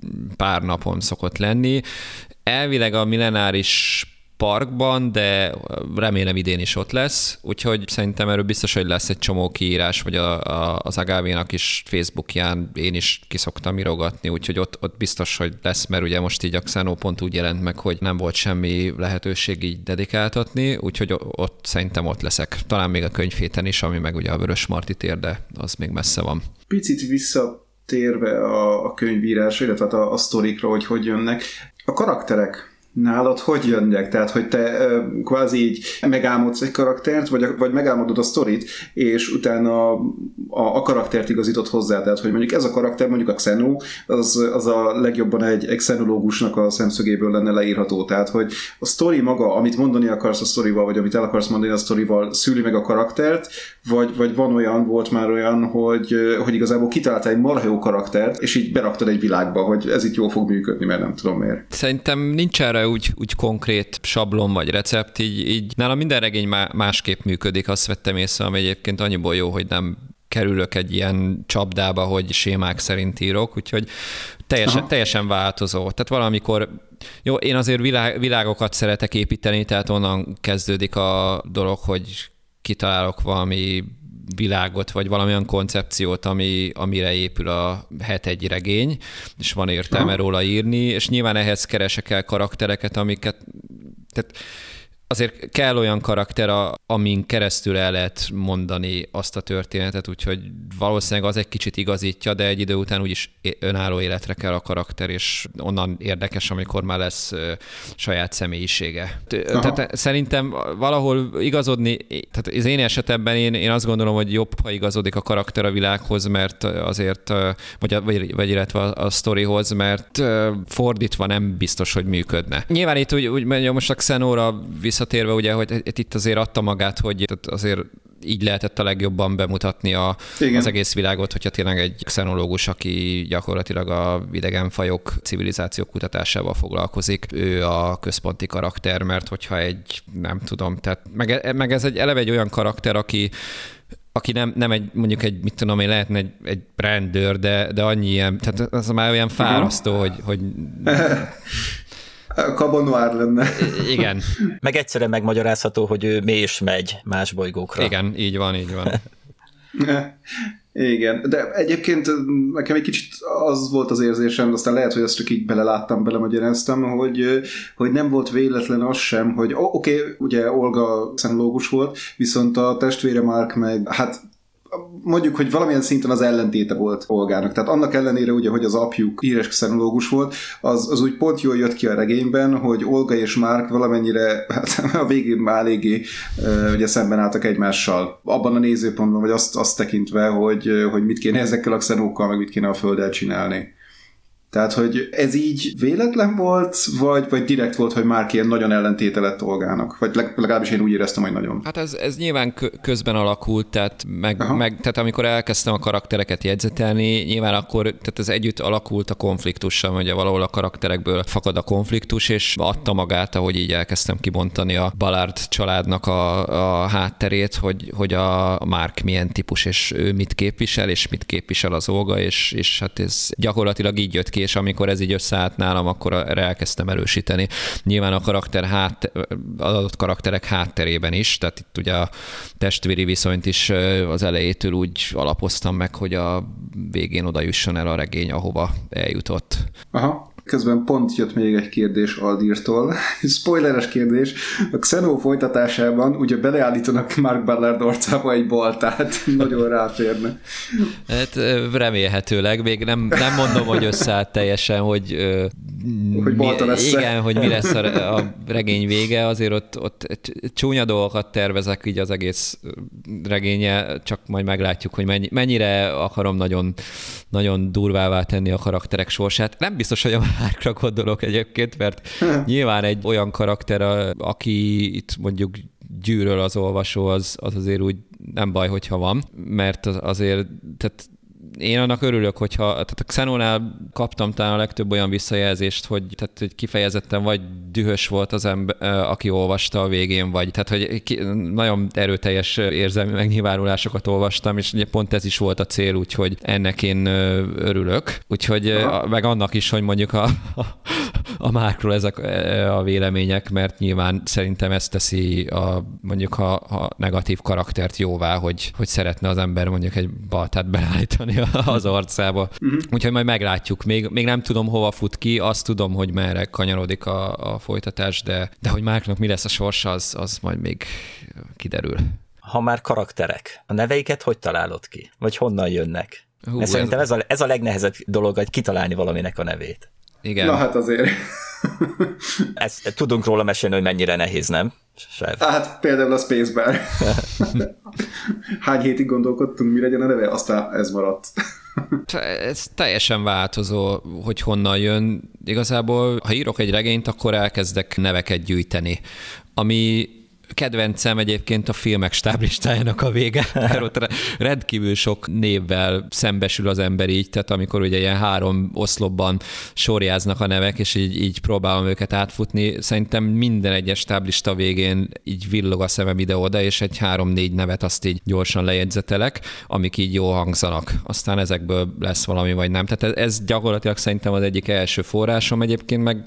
pár napon szokott lenni. Elvileg a Millenáris Parkban, de remélem idén is ott lesz, úgyhogy szerintem erről biztos, hogy lesz egy csomó kiírás, vagy a, a, az Agávénak is Facebookján én is kiszoktam írogatni, úgyhogy ott, ott biztos, hogy lesz, mert ugye most így a Xeno pont úgy jelent meg, hogy nem volt semmi lehetőség így dedikáltatni, úgyhogy ott szerintem ott leszek. Talán még a könyvhéten is, ami meg ugye a Vörös Marti tér, de az még messze van. Picit visszatérve a, a könyvírásra, illetve a, a sztorikra, hogy hogy jönnek. A karakterek nálad hogy jönnek? Tehát, hogy te uh, kvázi így megálmodsz egy karaktert, vagy, vagy megálmodod a sztorit, és utána a, a, a karaktert igazítod hozzá. Tehát, hogy mondjuk ez a karakter, mondjuk a Xeno, az, az a legjobban egy, egy xenológusnak a szemszögéből lenne leírható. Tehát, hogy a sztori maga, amit mondani akarsz a sztorival, vagy amit el akarsz mondani a sztorival, szüli meg a karaktert, vagy, vagy van olyan, volt már olyan, hogy, hogy igazából kitaláltál egy marha jó karaktert, és így beraktad egy világba, hogy ez itt jól fog működni, mert nem tudom miért. Szerintem nincs erre úgy, úgy konkrét sablon vagy recept, így, így nálam minden regény másképp működik, azt vettem észre, ami egyébként annyiból jó, hogy nem kerülök egy ilyen csapdába, hogy sémák szerint írok, úgyhogy teljesen, teljesen változó. Tehát valamikor, jó, én azért világ, világokat szeretek építeni, tehát onnan kezdődik a dolog, hogy kitalálok valami világot, vagy valamilyen koncepciót, ami, amire épül a het egy regény, és van értelme róla írni, és nyilván ehhez keresek el karaktereket, amiket, tehát azért kell olyan karakter, amin keresztül el lehet mondani azt a történetet, úgyhogy valószínűleg az egy kicsit igazítja, de egy idő után úgyis önálló életre kell a karakter, és onnan érdekes, amikor már lesz saját személyisége. Aha. Tehát szerintem valahol igazodni, tehát az én esetemben én, én azt gondolom, hogy jobb, ha igazodik a karakter a világhoz, mert azért, vagy, vagy, vagy illetve a, a sztorihoz, mert fordítva nem biztos, hogy működne. Nyilván itt úgy, úgy mondjam, most a Xenóra visszatérve, ugye, hogy itt azért adta magát, hogy azért így lehetett a legjobban bemutatni a, az egész világot, hogyha tényleg egy xenológus, aki gyakorlatilag a idegenfajok civilizációk kutatásával foglalkozik, ő a központi karakter, mert hogyha egy, nem tudom, tehát meg, meg ez egy eleve egy olyan karakter, aki aki nem, nem egy, mondjuk egy, mit tudom én, lehetne egy, egy rendőr, de, de annyi ilyen, tehát az már olyan fárasztó, hogy, hogy Kabonoár lenne. Igen. Meg egyszerűen megmagyarázható, hogy ő mi is megy más bolygókra. Igen, így van, így van. Igen, de egyébként nekem egy kicsit az volt az érzésem, aztán lehet, hogy ezt csak így beleláttam, belemagyaráztam, hogy, hogy nem volt véletlen az sem, hogy oké, okay, ugye Olga xenológus volt, viszont a testvére Mark meg, hát mondjuk, hogy valamilyen szinten az ellentéte volt Olgának. Tehát annak ellenére ugye, hogy az apjuk híres xenológus volt, az, az úgy pont jól jött ki a regényben, hogy Olga és Mark valamennyire hát a végén már eléggé uh, ugye szemben álltak egymással. Abban a nézőpontban, vagy azt, azt tekintve, hogy, hogy mit kéne ezekkel a xenókkal, meg mit kéne a Földdel csinálni. Tehát, hogy ez így véletlen volt, vagy, vagy direkt volt, hogy Mark ilyen nagyon ellentéte lett Olgának? Vagy legalábbis én úgy éreztem, hogy nagyon. Hát ez, ez nyilván közben alakult, tehát, meg, meg, tehát amikor elkezdtem a karaktereket jegyzetelni, nyilván akkor tehát ez együtt alakult a konfliktussal, ugye valahol a karakterekből fakad a konfliktus, és adta magát, ahogy így elkezdtem kibontani a Ballard családnak a, a hátterét, hogy, hogy a Mark milyen típus, és ő mit képvisel, és mit képvisel az Olga, és, és hát ez gyakorlatilag így jött ki, és amikor ez így összeállt nálam, akkor erre elkezdtem erősíteni. Nyilván a karakter hát, az adott karakterek hátterében is, tehát itt ugye a testvéri viszonyt is az elejétől úgy alapoztam meg, hogy a végén oda jusson el a regény, ahova eljutott. Aha. Közben pont jött még egy kérdés Aldírtól. Spoileres kérdés. A Xenó folytatásában ugye beleállítanak Mark Ballard orcába egy baltát. Nagyon ráférne. Hát remélhetőleg. Még nem, nem mondom, hogy összeállt teljesen, hogy, hogy mi, lesz. Igen, hogy mi lesz a, a regény vége. Azért ott, ott csúnya dolgokat tervezek így az egész regénye, csak majd meglátjuk, hogy mennyi, mennyire akarom nagyon, nagyon durvává tenni a karakterek sorsát. Nem biztos, hogy a Markra gondolok egyébként, mert nyilván egy olyan karakter, aki itt mondjuk gyűröl az olvasó, az, az azért úgy nem baj, hogyha van, mert azért, tehát én annak örülök, hogyha, tehát a Xenónál kaptam talán a legtöbb olyan visszajelzést, hogy, tehát, hogy kifejezetten vagy dühös volt az ember, aki olvasta a végén, vagy tehát, hogy ki, nagyon erőteljes érzelmi megnyilvánulásokat olvastam, és pont ez is volt a cél, úgyhogy ennek én örülök. Úgyhogy Aha. meg annak is, hogy mondjuk a, a, a Markról ezek a vélemények, mert nyilván szerintem ezt teszi a, mondjuk a, a negatív karaktert jóvá, hogy, hogy szeretne az ember mondjuk egy baltát beállítani az arcába. Uh-huh. Úgyhogy majd meglátjuk. Még, még nem tudom, hova fut ki, azt tudom, hogy merre kanyarodik a, a folytatás, de, de hogy Marknak mi lesz a sorsa, az, az majd még kiderül. Ha már karakterek, a neveiket hogy találod ki? Vagy honnan jönnek? Hú, Mert szerintem ez a, ez a legnehezebb dolog, hogy kitalálni valaminek a nevét. Igen. Na hát azért. Ezt, tudunk róla mesélni, hogy mennyire nehéz, nem? Sár. Hát például a Spacebar. Hány hétig gondolkodtunk, mi legyen a neve? Aztán ez maradt. Ez teljesen változó, hogy honnan jön. Igazából, ha írok egy regényt, akkor elkezdek neveket gyűjteni. Ami kedvencem egyébként a filmek stáblistájának a vége, mert ott rendkívül sok névvel szembesül az ember így, tehát amikor ugye ilyen három oszlopban sorjáznak a nevek, és így, így próbálom őket átfutni, szerintem minden egyes stáblista végén így villog a szemem ide-oda, és egy három-négy nevet azt így gyorsan lejegyzetelek, amik így jól hangzanak. Aztán ezekből lesz valami, vagy nem. Tehát ez, ez gyakorlatilag szerintem az egyik első forrásom, egyébként meg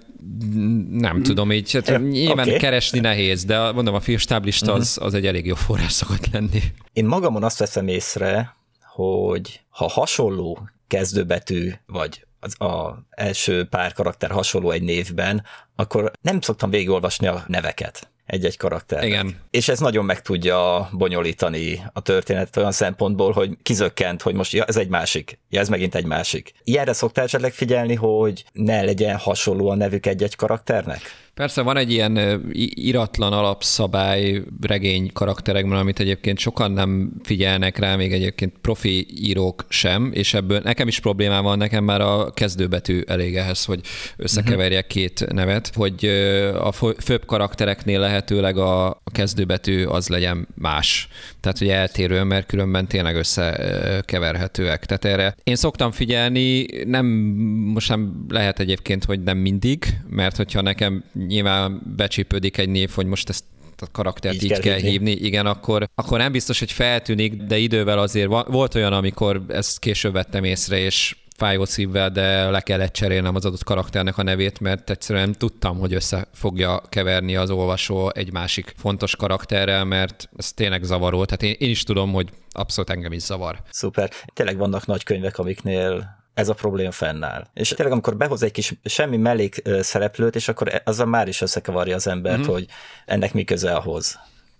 nem tudom így, hát nyilván okay. keresni nehéz, de mondom, a filmstáblista uh-huh. az, az egy elég jó forrás szokott lenni. Én magamon azt veszem észre, hogy ha hasonló kezdőbetű, vagy az a első pár karakter hasonló egy névben, akkor nem szoktam végigolvasni a neveket egy-egy karakternek. Igen. És ez nagyon meg tudja bonyolítani a történetet olyan szempontból, hogy kizökkent, hogy most ja, ez egy másik, ja, ez megint egy másik. Ilyenre szoktál esetleg figyelni, hogy ne legyen hasonló a nevük egy-egy karakternek? Persze van egy ilyen iratlan alapszabály regény karakterekben, amit egyébként sokan nem figyelnek rá, még egyébként profi írók sem, és ebből nekem is problémám van, nekem már a kezdőbetű elég ehhez, hogy összekeverjek két nevet, hogy a főbb karaktereknél lehetőleg a kezdőbetű az legyen más. Tehát, hogy eltérő, mert különben tényleg összekeverhetőek. Tehát erre én szoktam figyelni, nem, most nem lehet egyébként, hogy nem mindig, mert hogyha nekem nyilván becsípődik egy név, hogy most ezt a karaktert így, így kell, kell hívni, igen, akkor, akkor nem biztos, hogy feltűnik, de idővel azért volt olyan, amikor ezt később vettem észre, és fájó szívvel, de le kellett cserélnem az adott karakternek a nevét, mert egyszerűen tudtam, hogy össze fogja keverni az olvasó egy másik fontos karakterrel, mert ez tényleg zavaró. Tehát én, én is tudom, hogy abszolút engem is zavar. Szuper. Tényleg vannak nagy könyvek, amiknél ez a probléma fennáll. És tényleg, amikor behoz egy kis semmi mellék szereplőt, és akkor azzal már is összekevarja az embert, mm-hmm. hogy ennek mi köze ahhoz.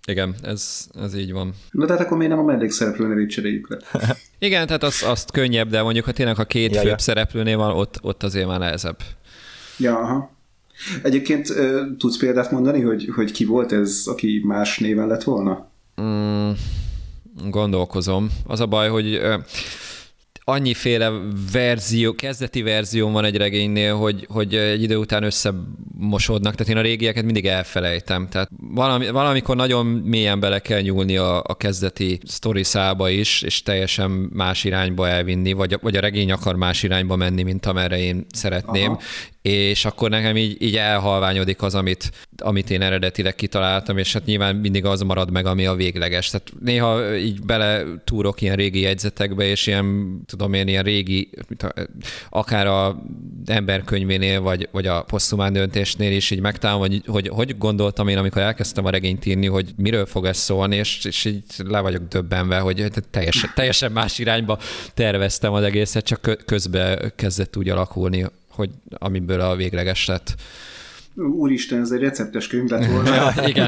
Igen, ez, ez így van. Na tehát akkor miért nem a mellékszereplőnél így cseréljük le? Igen, tehát az, azt könnyebb, de mondjuk, ha tényleg a két ja, főbb ja. szereplőnél van, ott, ott azért már nehezebb. Ja, aha. Egyébként tudsz példát mondani, hogy, hogy ki volt ez, aki más néven lett volna? Mm, gondolkozom. Az a baj, hogy annyiféle verzió, kezdeti verzió van egy regénynél, hogy, hogy egy idő után összemosódnak, tehát én a régieket mindig elfelejtem. Tehát valami, valamikor nagyon mélyen bele kell nyúlni a, a kezdeti sztoriszába is, és teljesen más irányba elvinni, vagy, vagy a regény akar más irányba menni, mint amerre én szeretném. Aha. És akkor nekem így, így elhalványodik az, amit, amit én eredetileg kitaláltam, és hát nyilván mindig az marad meg, ami a végleges. Tehát néha így bele túrok ilyen régi jegyzetekbe, és ilyen, tudom én, ilyen régi, akár a emberkönyvénél, vagy, vagy a posztumán döntésnél is így megtalálom, hogy, hogy hogy gondoltam én, amikor elkezdtem a regényt írni, hogy miről fog ez szólni, és, és így le vagyok döbbenve, hogy teljesen, teljesen más irányba terveztem az egészet, csak közben kezdett úgy alakulni, hogy amiből a végleges lett. Úristen, ez egy receptes könyv lett volna. Ja, igen.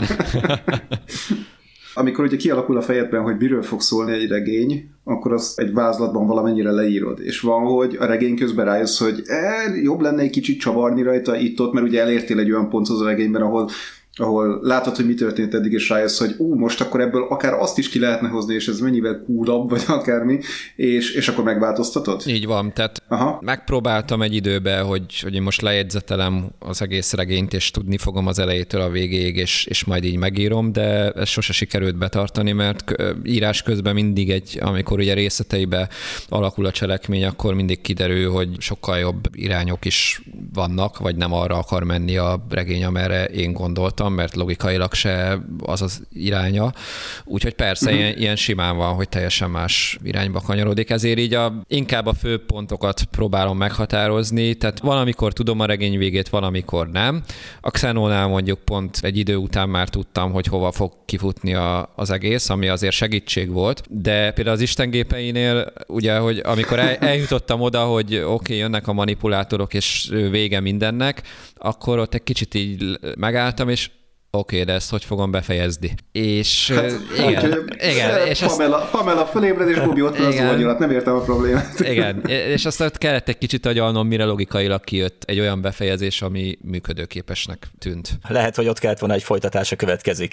Amikor ugye kialakul a fejedben, hogy miről fog szólni egy regény, akkor azt egy vázlatban valamennyire leírod. És van, hogy a regény közben rájössz, hogy eh, jobb lenne egy kicsit csavarni rajta itt-ott, mert ugye elértél egy olyan ponthoz a regényben, ahol ahol látod, hogy mi történt eddig, és rájössz, hogy ú, most akkor ebből akár azt is ki lehetne hozni, és ez mennyivel coolabb, vagy akármi, és, és akkor megváltoztatod? Így van, tehát Aha. megpróbáltam egy időben, hogy, hogy én most lejegyzetelem az egész regényt, és tudni fogom az elejétől a végéig, és, és majd így megírom, de ez sose sikerült betartani, mert írás közben mindig egy, amikor ugye részleteibe alakul a cselekmény, akkor mindig kiderül, hogy sokkal jobb irányok is vannak, vagy nem arra akar menni a regény, amerre én gondoltam, mert logikailag se az az iránya. Úgyhogy persze, uh-huh. ilyen, ilyen simán van, hogy teljesen más irányba kanyarodik. Ezért így a, inkább a fő pontokat próbálom meghatározni, tehát valamikor tudom a regény végét, valamikor nem. A Xenónál mondjuk pont egy idő után már tudtam, hogy hova fog kifutni a, az egész, ami azért segítség volt, de például az istengépeinél, ugye, hogy amikor el, eljutottam oda, hogy oké, okay, jönnek a manipulátorok, és vége mindennek, akkor ott egy kicsit így megálltam, és oké, okay, de ezt hogy fogom befejezni? És hát, igen, okay. igen. És Pamela, azt... Pamela fölébred, és Bobby ott van az oldjalat, nem értem a problémát. Igen, és aztán kellett egy kicsit agyalnom, mire logikailag kijött egy olyan befejezés, ami működőképesnek tűnt. Lehet, hogy ott kellett volna egy folytatása következik.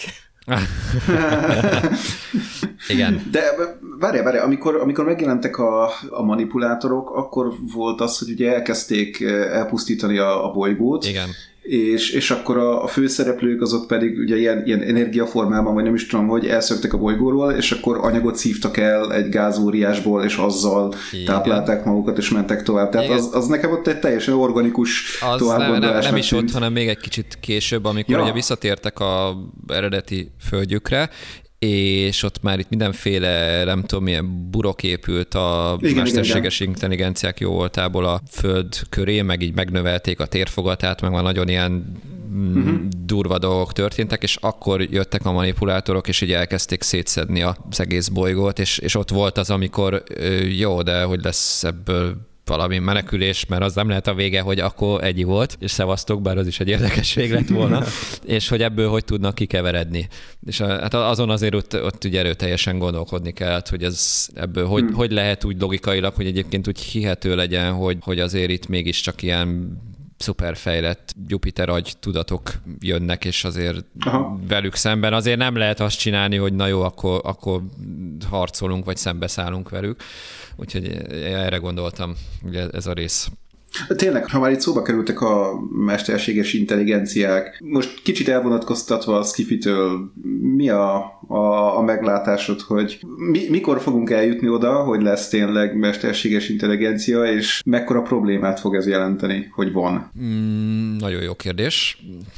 Igen. De várjál, várjál, amikor, amikor megjelentek a, a manipulátorok, akkor volt az, hogy ugye elkezdték elpusztítani a, a bolygót. Igen. És, és akkor a, a főszereplők azok pedig ugye ilyen, ilyen energiaformában, vagy nem is tudom, hogy elszöktek a bolygóról, és akkor anyagot szívtak el egy gázóriásból, és azzal igen. táplálták magukat, és mentek tovább. Tehát az, az nekem ott egy teljesen organikus továbbgondolásnak nem, nem, nem is tűnt. ott, hanem még egy kicsit később, amikor ja. ugye visszatértek a eredeti földjükre, és ott már itt mindenféle, nem tudom, milyen burok épült a igen, mesterséges igen, intelligenciák jó voltából a föld köré, meg így megnövelték a térfogatát, meg már nagyon ilyen uh-huh. durva dolgok történtek, és akkor jöttek a manipulátorok, és így elkezdték szétszedni az egész bolygót, és, és ott volt az, amikor jó, de hogy lesz ebből valami menekülés, mert az nem lehet a vége, hogy akkor egyi volt, és szevasztok, bár az is egy érdekes vég lett volna, és hogy ebből hogy tudnak kikeveredni. És a, hát azon azért ott, ott ugye erőteljesen gondolkodni kellett, hogy ez ebből hogy, hmm. hogy lehet úgy logikailag, hogy egyébként úgy hihető legyen, hogy, hogy azért itt mégiscsak ilyen szuperfejlett Jupiter agy tudatok jönnek, és azért Aha. velük szemben azért nem lehet azt csinálni, hogy na jó, akkor, akkor harcolunk, vagy szembeszállunk velük. Úgyhogy erre gondoltam, ugye ez a rész. Tényleg, ha már itt szóba kerültek a mesterséges intelligenciák, most kicsit elvonatkoztatva a Skifitől, mi a, a, a meglátásod, hogy mi, mikor fogunk eljutni oda, hogy lesz tényleg mesterséges intelligencia, és mekkora problémát fog ez jelenteni, hogy van? Mm, nagyon jó kérdés.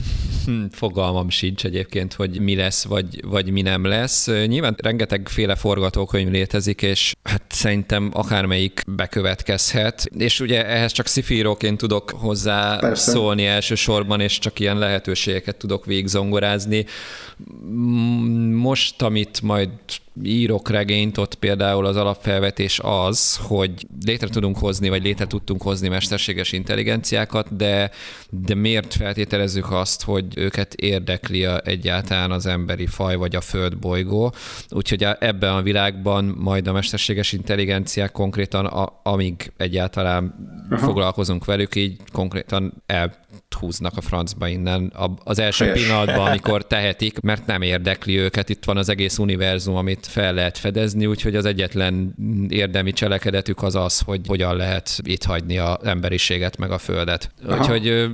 Fogalmam sincs egyébként, hogy mi lesz, vagy, vagy mi nem lesz. Nyilván rengetegféle forgatókönyv létezik, és hát szerintem akármelyik bekövetkezhet, és ugye ehhez csak szifíróként tudok hozzá Persze. szólni elsősorban, és csak ilyen lehetőségeket tudok végigzongorázni. Most, amit majd írok regényt, ott például az alapfelvetés az, hogy létre tudunk hozni, vagy létre tudtunk hozni mesterséges intelligenciákat, de, de miért feltételezzük azt, hogy őket érdekli egyáltalán az emberi faj, vagy a földbolygó. Úgyhogy ebben a világban majd a mesterséges intelligenciák konkrétan, a, amíg egyáltalán Aha. foglalkozunk velük, így konkrétan elhúznak a francba innen az első Helyes. pillanatban, amikor tehetik, mert nem érdekli őket. Itt van az egész univerzum, amit fel lehet fedezni, úgyhogy az egyetlen érdemi cselekedetük az az, hogy hogyan lehet itt hagyni az emberiséget, meg a földet. Aha. Úgyhogy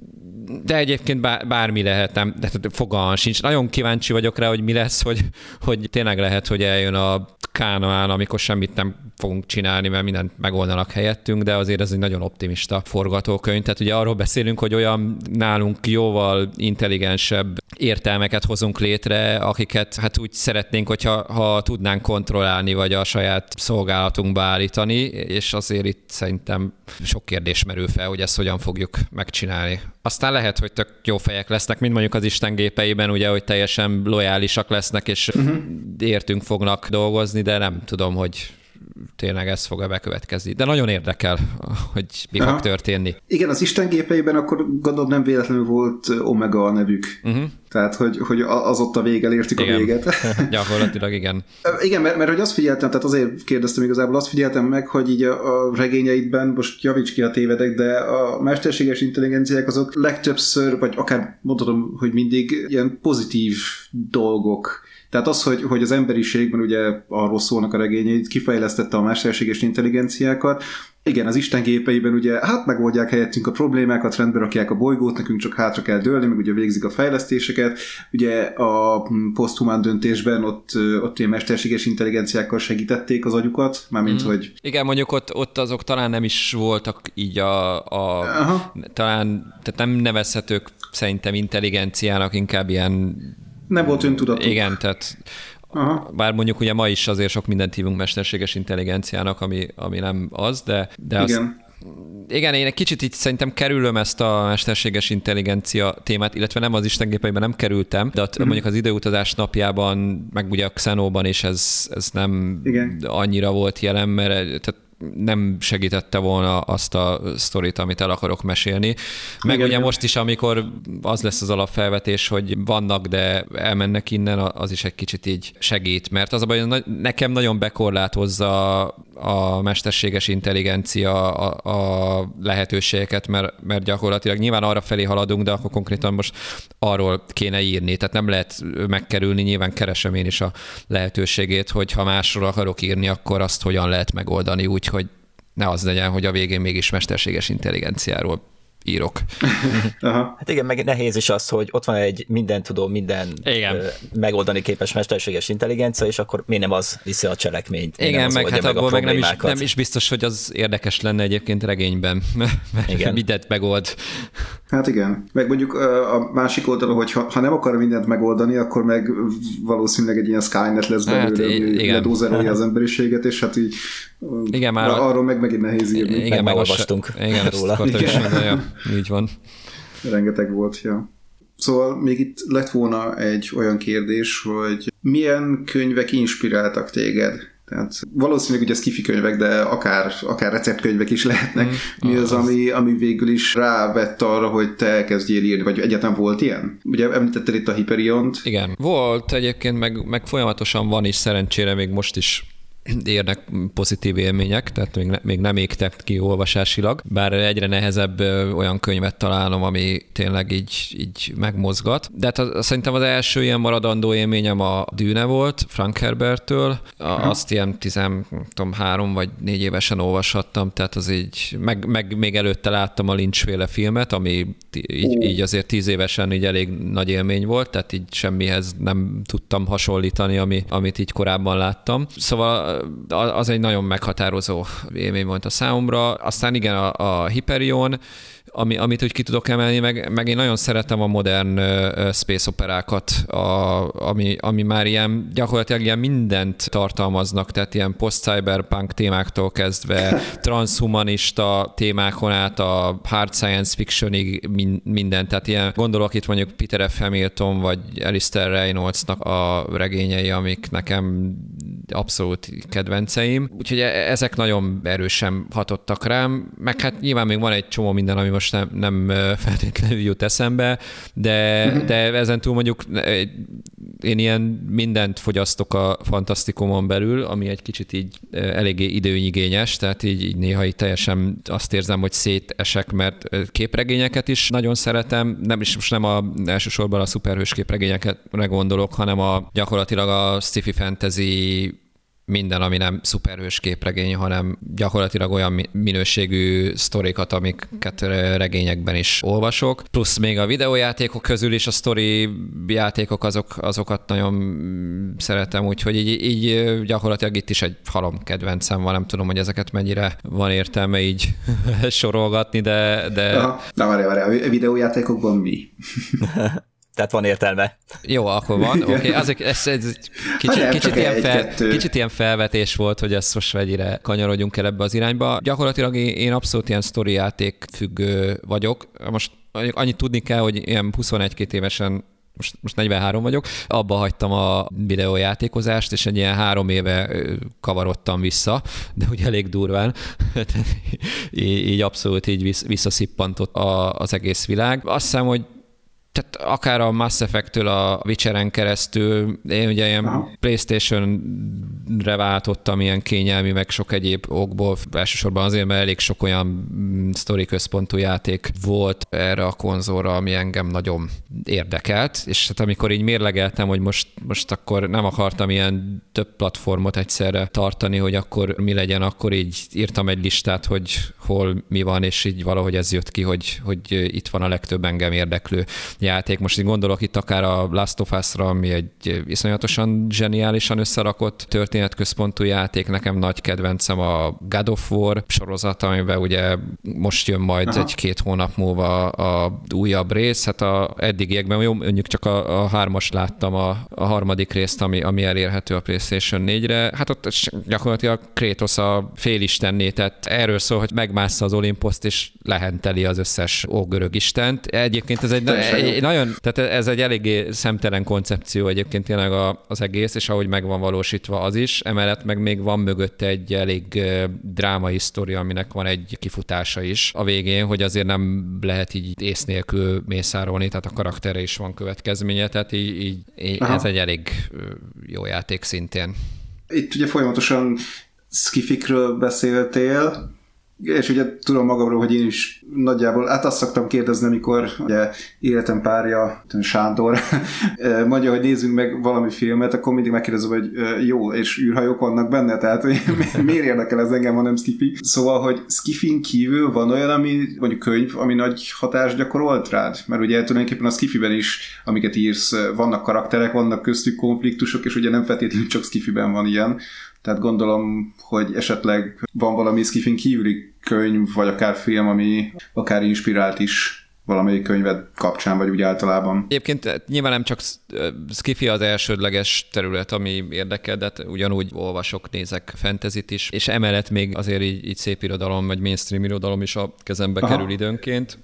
de egyébként bár, bármi lehet, nem, de fogalmam sincs. Nagyon kíváncsi vagyok rá, hogy mi lesz, hogy, hogy tényleg lehet, hogy eljön a Kánaán, amikor semmit nem fogunk csinálni, mert mindent megoldanak helyettünk, de azért ez egy nagyon optimista forgatókönyv. Tehát ugye arról beszélünk, hogy olyan nálunk jóval intelligensebb értelmeket hozunk létre, akiket hát úgy szeretnénk, hogyha ha tudnánk kontrollálni, vagy a saját szolgálatunkba állítani, és azért itt szerintem sok kérdés merül fel, hogy ezt hogyan fogjuk megcsinálni. Aztán lehet, hogy tök jó fejek lesznek, mint mondjuk az Isten gépeiben, ugye, hogy teljesen lojálisak lesznek, és uh-huh. értünk fognak dolgozni, de nem tudom, hogy tényleg ez fog-e bekövetkezni. De nagyon érdekel, hogy mi Aha. fog történni. Igen, az Isten gépeiben akkor gondolom nem véletlenül volt Omega a nevük. Uh-huh. Tehát, hogy, hogy az ott a vége, értük igen. a véget. Gyakorlatilag igen. Igen, mert, mert hogy azt figyeltem, tehát azért kérdeztem igazából, azt figyeltem meg, hogy így a, a regényeidben, most javíts ki, a tévedek, de a mesterséges intelligenciák azok legtöbbször, vagy akár mondhatom, hogy mindig ilyen pozitív dolgok. Tehát az, hogy, hogy az emberiségben ugye arról szólnak a regényeit, kifejlesztette a mesterséges intelligenciákat. Igen, az Isten gépeiben ugye hát megoldják helyettünk a problémákat, rendbe rakják a bolygót, nekünk csak hátra kell dőlni, meg ugye végzik a fejlesztéseket. Ugye a poszthumán döntésben ott, ott ilyen mesterséges intelligenciákkal segítették az agyukat, mármint mm. hogy... Igen, mondjuk ott, ott azok talán nem is voltak így a... a talán tehát nem nevezhetők szerintem intelligenciának, inkább ilyen... Nem volt öntudatuk. Igen, tehát Aha. bár mondjuk ugye ma is azért sok mindent hívunk mesterséges intelligenciának, ami, ami nem az, de, de igen. Azt, igen, én egy kicsit így szerintem kerülöm ezt a mesterséges intelligencia témát, illetve nem az istengépeiben nem kerültem, de ott mm. mondjuk az időutazás napjában, meg ugye a Xenóban is ez, ez nem igen. annyira volt jelen, mert tehát nem segítette volna azt a sztorit, amit el akarok mesélni. Meg igen, ugye igen. most is, amikor az lesz az alapfelvetés, hogy vannak, de elmennek innen, az is egy kicsit így segít, mert az a baj, hogy nekem nagyon bekorlátozza a mesterséges intelligencia a, a lehetőségeket, mert, mert gyakorlatilag nyilván arra felé haladunk, de akkor konkrétan most arról kéne írni, tehát nem lehet megkerülni, nyilván keresem én is a lehetőségét, hogy ha másról akarok írni, akkor azt hogyan lehet megoldani úgy, hogy ne az legyen, hogy a végén mégis mesterséges intelligenciáról írok. Aha. Hát igen, meg nehéz is az, hogy ott van egy mindentudó, minden igen. megoldani képes mesterséges intelligencia, és akkor miért nem az viszi a cselekményt? Igen, meg hát abból meg nem is, nem is biztos, hogy az érdekes lenne egyébként regényben, mert igen. mindent megold. Hát igen. Meg mondjuk a másik oldalon, hogy ha, ha nem akar mindent megoldani, akkor meg valószínűleg egy ilyen Skynet lesz belőle, hát, hogy ledózerolja az emberiséget, és hát így igen, már arról meg megint nehéz írni. Igen, meg olvastunk igen, róla. Igen, így van. Rengeteg volt, ja. Szóval még itt lett volna egy olyan kérdés, hogy milyen könyvek inspiráltak téged? Tehát valószínűleg ugye sci-fi könyvek, de akár, akár receptkönyvek is lehetnek. Mm, Mi az, az, ami, ami végül is rávett arra, hogy te elkezdjél írni, vagy egyáltalán volt ilyen? Ugye említetted itt a Hyperiont. Igen, volt egyébként, meg, meg folyamatosan van is, szerencsére még most is érnek pozitív élmények, tehát még, ne, még nem égtek ki olvasásilag, bár egyre nehezebb olyan könyvet találnom, ami tényleg így, így megmozgat. De hát az, szerintem az első ilyen maradandó élményem a Dűne volt, Frank Herberttől. Azt ilyen tizenhárom vagy négy évesen olvashattam, tehát az így, meg, meg még előtte láttam a Lynch-féle filmet, ami így, így azért tíz évesen így elég nagy élmény volt, tehát így semmihez nem tudtam hasonlítani, ami, amit így korábban láttam. Szóval az egy nagyon meghatározó élmény volt a számomra. Aztán igen, a, a Hyperion, Ami, amit úgy ki tudok emelni, meg, meg én nagyon szeretem a modern uh, space operákat, a, ami, ami már ilyen, gyakorlatilag ilyen mindent tartalmaznak, tehát ilyen post-cyberpunk témáktól kezdve, transhumanista témákon át a hard science fictionig min, minden, tehát ilyen gondolok itt mondjuk Peter F. Hamilton vagy Alistair Reynoldsnak a regényei, amik nekem abszolút kedvenceim. Úgyhogy ezek nagyon erősen hatottak rám, meg hát nyilván még van egy csomó minden, ami most nem, nem feltétlenül jut eszembe, de, uh-huh. de ezen túl mondjuk én ilyen mindent fogyasztok a Fantasztikumon belül, ami egy kicsit így eléggé időnyigényes, tehát így, így néha így teljesen azt érzem, hogy szétesek, mert képregényeket is nagyon szeretem, nem is most nem a, elsősorban a szuperhős képregényekre gondolok, hanem a gyakorlatilag a sci-fi fantasy minden, ami nem szuperhős képregény, hanem gyakorlatilag olyan minőségű sztorikat, amiket regényekben is olvasok. Plusz még a videójátékok közül is a sztori játékok, azok, azokat nagyon szeretem, úgyhogy így, így gyakorlatilag itt is egy halom kedvencem van, nem tudom, hogy ezeket mennyire van értelme így sorolgatni, de... de... Aha. Na várjál, várjál, a videójátékokban mi? Tehát van értelme. Jó, akkor van, oké. Okay. Ez, ez, ez kicsit, hát kicsit, ilyen fel, kicsit ilyen felvetés volt, hogy ezt most mennyire kanyarodjunk el ebbe az irányba. Gyakorlatilag én abszolút ilyen sztori játék függő vagyok. Most annyit tudni kell, hogy ilyen huszonegy-két évesen, most, most negyvenhárom vagyok, abba hagytam a videójátékozást, és egy ilyen három éve kavarodtam vissza, de ugye elég durván. így, így abszolút így visszaszippantott az egész világ. Azt hiszem, hogy tehát akár a Mass Effect-től a Witcheren keresztül, én ugye ilyen Aha. PlayStation-re váltottam ilyen kényelmi, meg sok egyéb okból, elsősorban azért, mert elég sok olyan sztori központú játék volt erre a konzolra, ami engem nagyon érdekelt, és hát amikor így mérlegeltem, hogy most, most akkor nem akartam ilyen több platformot egyszerre tartani, hogy akkor mi legyen, akkor így írtam egy listát, hogy hol mi van, és így valahogy ez jött ki, hogy, hogy itt van a legtöbb engem érdeklő játék. Most így gondolok itt akár a Last of Us-ra, ami egy iszonyatosan zseniálisan összerakott történetközpontú játék. Nekem nagy kedvencem a God of War sorozat, amiben ugye most jön majd Aha. egy-két hónap múlva a újabb rész. Hát a eddigiekben, jó, mondjuk csak a, a hármas láttam a, a harmadik részt, ami, ami elérhető a PlayStation négyre. Hát ott gyakorlatilag Kratos a félistenné, tehát erről szól, hogy megmássza az Olimposzt, és lehenteli az összes ógörög istent. Egyébként ez egy, egy nagyon, tehát ez egy eléggé szemtelen koncepció egyébként tényleg az egész, és ahogy meg van valósítva az is, emellett meg még van mögötte egy elég drámai sztori, aminek van egy kifutása is a végén, hogy azért nem lehet így ész nélkül mészárolni, tehát a karakterre is van következménye, tehát így, így, így ez egy elég jó játék szintén. Itt ugye folyamatosan skifikről beszéltél, és ugye tudom magamról, hogy én is nagyjából, hát azt szoktam kérdezni, amikor ugye életem párja, Sándor, mondja, hogy nézzünk meg valami filmet, akkor mindig megkérdezem, hogy jó, és űrhajók vannak benne, tehát hogy miért érdekel ez engem, ha nem skifi. Szóval, hogy skifin kívül van olyan, ami, mondjuk könyv, ami nagy hatást gyakorolt rád? Mert ugye tulajdonképpen a skifiben is, amiket írsz, vannak karakterek, vannak köztük konfliktusok, és ugye nem feltétlenül csak skifiben van ilyen. Tehát gondolom, hogy esetleg van valami skifin kívüli könyv, vagy akár film, ami akár inspirált is valamelyik könyved kapcsán, vagy úgy általában. Egyébként nyilván nem csak skifi az elsődleges terület, ami érdekel, de ugyanúgy olvasok, nézek fantasyt is, és emellett még azért így, így szép irodalom, vagy mainstream irodalom is a kezembe Aha. kerül időnként.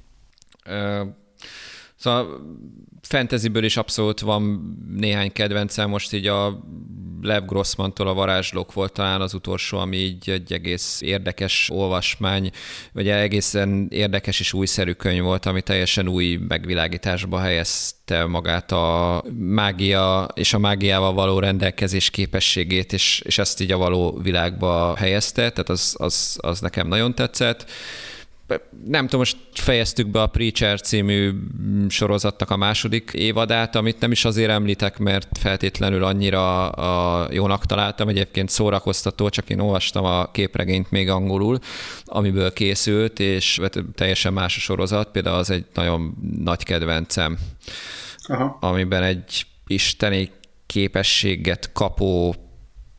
Szóval fantasyből is abszolút van néhány kedvencem, most így a Lev Grossmantól a Varázslók volt talán az utolsó, ami így egy egész érdekes olvasmány, vagy egészen érdekes és újszerű könyv volt, ami teljesen új megvilágításba helyezte magát a mágia és a mágiával való rendelkezés képességét, és, és ezt így a való világba helyezte, tehát az, az, az nekem nagyon tetszett. Nem tudom, most fejeztük be a Preacher című sorozatnak a második évadát, amit nem is azért említek, mert feltétlenül annyira a jónak találtam, egyébként szórakoztató, csak én olvastam a képregényt még angolul, amiből készült, és teljesen más a sorozat, például az egy nagyon nagy kedvencem, Aha. amiben egy isteni képességet kapó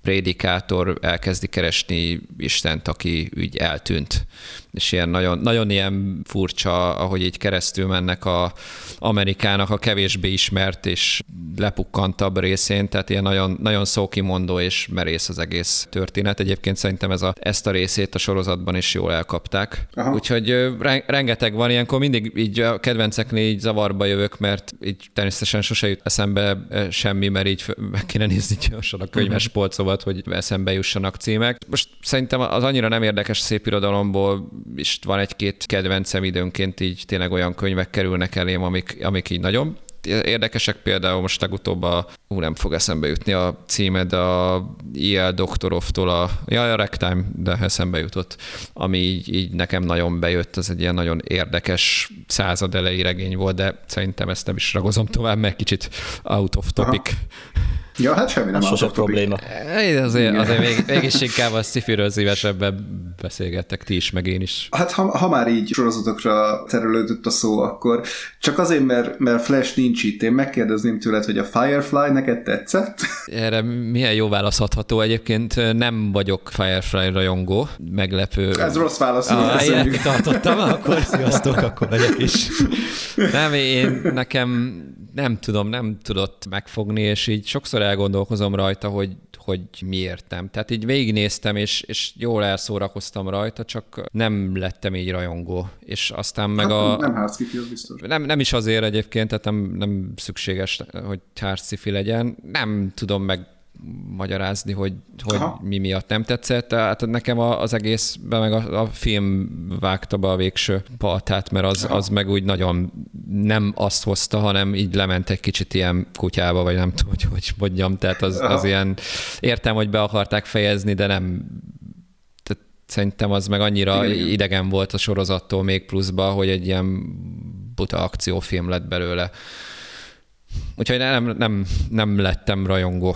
prédikátor elkezdi keresni Istent, aki úgy eltűnt. És ilyen nagyon, nagyon ilyen furcsa, ahogy így keresztül mennek a Amerikának a kevésbé ismert és lepukkantabb részén, tehát ilyen nagyon, nagyon szókimondó és merész az egész történet. Egyébként szerintem ez a, ezt a részét a sorozatban is jól elkapták. Aha. Úgyhogy rengeteg van, ilyenkor mindig így a kedvenceknél így zavarba jövök, mert így természetesen sose jut eszembe semmi, mert így meg kéne nézni gyorsan a könyves polcomat, hogy eszembe jussanak címek. Most szerintem az annyira nem érdekes szép irodalomból is van egy-két kedvencem időnként, így tényleg olyan könyvek kerülnek elém, amik, amik így nagyon érdekesek, például most legutóbb a, ú, nem fog eszembe jutni a címe, de a I L Doktorovtól a, ja, a Ragtime, de eszembe jutott, ami így, így nekem nagyon bejött, ez egy ilyen nagyon érdekes század elejé regény volt, de szerintem ezt nem is ragozom tovább, mert kicsit out of topic. Aha. Ja, hát semmi nem sose probléma. Azért, azért még, mégis inkább a sci-firől szívesebben beszélgettek ti is, meg én is. Hát ha, ha már így sorozatokra terülődött a szó, akkor csak azért, mert, mert Flash nincs itt, én megkérdezném tőled, hogy a Firefly neked tetszett? Erre milyen jó válasz adható. Egyébként nem vagyok Firefly rajongó, meglepő. Ez rossz válasz. Ah, ilyet tartottam, akkor sziasztok, akkor megyek is. Nem, én nekem nem tudom, nem tudott megfogni, és így sokszor elgondolkozom rajta, hogy, hogy miért nem. Tehát így végignéztem, és, és jól elszórakoztam rajta, csak nem lettem így rajongó. És aztán meg hát, a... Nem hardskifi, az biztos. Nem, nem is azért egyébként, tehát nem, nem szükséges, hogy hardskifi legyen. Nem tudom meg magyarázni, hogy, hogy mi miatt nem tetszett. Tehát nekem az egészben meg a, a film vágta be a végső partát, mert az, az meg úgy nagyon nem azt hozta, hanem így lement egy kicsit ilyen kutyába, vagy nem tudom, hogy hogy mondjam. Tehát az, az ilyen, értem, hogy be akarták fejezni, de nem, tehát szerintem az meg annyira igen, idegen volt a sorozattól még pluszba, hogy egy ilyen buta akciófilm lett belőle. Úgyhogy nem, nem, nem lettem rajongó.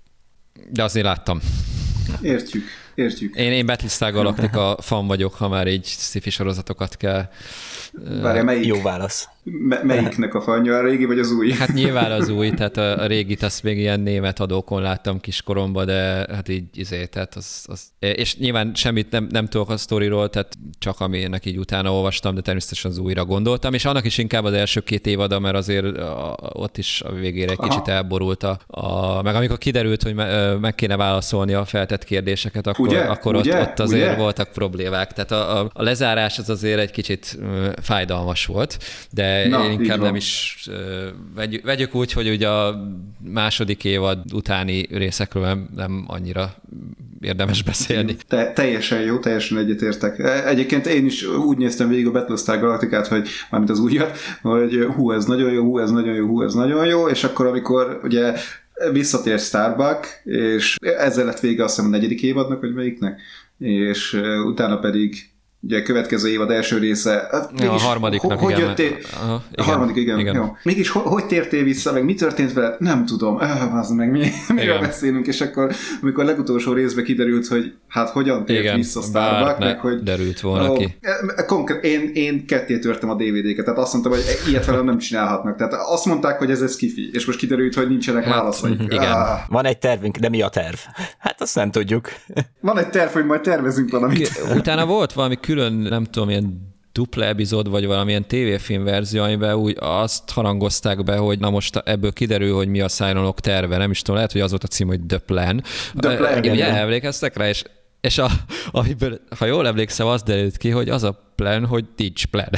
De azért láttam. Értjük, értjük. Én, én Battlestar Galactica fan vagyok, ha már így sci-fi sorozatokat kell. Várja, melyik? Jó válasz. Me- melyiknek a fanja, a régi vagy az új? Hát nyilván az új, tehát a, a régit azt még ilyen német adókon láttam kiskoromban, de hát így izé, tehát az, az... És nyilván semmit nem, nem tudok a sztoriról, tehát csak aminek így utána olvastam, de természetesen az újra gondoltam, és annak is inkább az első két évada, mert azért a, ott is a végére egy kicsit elborult a, a... Meg amikor kiderült, hogy me, meg kéne válaszolni a feltett kérdéseket, akkor, ugye? akkor ugye? Ott, ott azért ugye? voltak problémák. Tehát a, a, a lezárás az azért egy kicsit fájdalmas volt, de Na, én inkább nem is vegy, vegyük úgy, hogy ugye a második évad utáni részekről nem, nem annyira érdemes beszélni. Te, teljesen jó, teljesen egyetértek. Egyébként én is úgy néztem végig a Battlestar Galacticát, hogy mármint az újat, hogy hú, ez nagyon jó, hú, ez nagyon jó, hú, ez nagyon jó, és akkor amikor ugye visszatér Starbuck, és ezzel lett vége azt hiszem a negyedik évadnak, vagy melyiknek, és utána pedig ugye a következő évad első része. Ja, a harmadiknak, hogy igen. Jöttél, Aha, a harmadik, igen. igen. Jó. Mégis hogy, hogy tértél vissza, meg mi történt veled? Nem tudom. Öh, az meg mi, miről beszélünk, és akkor amikor a legutolsó részben kiderült, hogy hát hogyan tért igen, vissza Starbuck, meg hogy... derült volna oh, ki. Konkrét, én, én ketté törtem a dé vé dé-ket, tehát azt mondtam, hogy ilyet velem nem csinálhatnak. Tehát azt mondták, hogy ez egy skifi, és most kiderült, hogy nincsenek hát, válaszaik. Igen. Ah. Van egy tervünk, de mi a terv? Hát azt nem tudjuk. Van egy terv, hogy majd tervezünk valamit. Utána volt valami külön, nem tudom, ilyen dupla epizód, vagy valamilyen tévéfilm verzió, amiben úgy azt harangozták be, hogy na most ebből kiderül, hogy mi a Cylonok terve. Nem is tudom, lehet, hogy az volt a cím, hogy The Plan. The Plan. Ugye emlékeztek rá, és, és a, amiből, ha jól emlékszem, az derült ki, hogy az a plan, hogy nincs plan.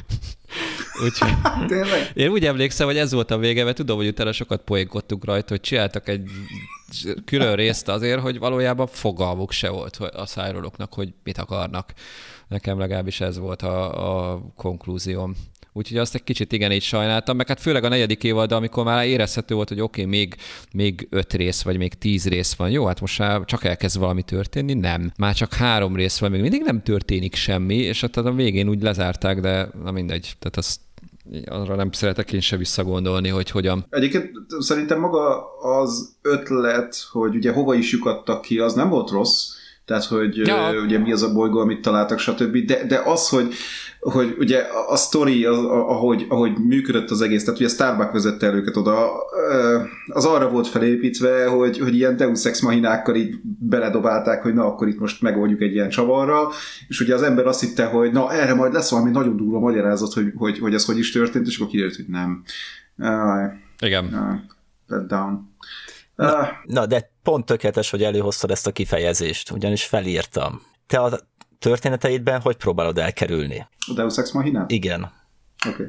Úgyhogy én úgy emlékszem, hogy ez volt a vége, mert tudom, hogy utána sokat poénkodtunk rajta, hogy csináltak egy külön részt azért, hogy valójában fogalmuk se volt a Cylonoknak, hogy mit akarnak. Nekem legalábbis ez volt a, a konklúzióm. Úgyhogy azt egy kicsit igen így sajnáltam, meg hát főleg a negyedik évad, amikor már érezhető volt, hogy oké, okay, még, még öt rész, vagy még tíz rész van. Jó, hát most már csak elkezd valami történni? Nem. Már csak három rész van, még mindig nem történik semmi, és hát a végén úgy lezárták, de na mindegy. Tehát azt arra nem szeretek én se visszagondolni, hogy hogyan. Egyébként szerintem maga az ötlet, hogy ugye hova is lyukadtak ki, az nem volt rossz, Tehát, hogy ja. ugye mi az a bolygó, amit találtak, stb. De, de az, hogy, hogy ugye a sztori, az, ahogy, ahogy működött az egész, tehát ugye Starbuck vezette el őket oda, az arra volt felépítve, hogy, hogy ilyen Deus Ex Machinákkal így beledobálták, hogy na, akkor itt most megoldjuk egy ilyen csavarral, és ugye az ember azt hitte, hogy na, erre majd lesz valami nagyon durva magyarázat, hogy, hogy, hogy ez hogy is történt, és akkor kiderült, hogy nem. Uh, Igen. Uh, let down. Uh, na, na, de pont tökéletes, hogy előhoztad ezt a kifejezést, ugyanis felírtam. Te a történeteidben hogy próbálod elkerülni? A Deus Ex Machina? Igen. Oké. Okay.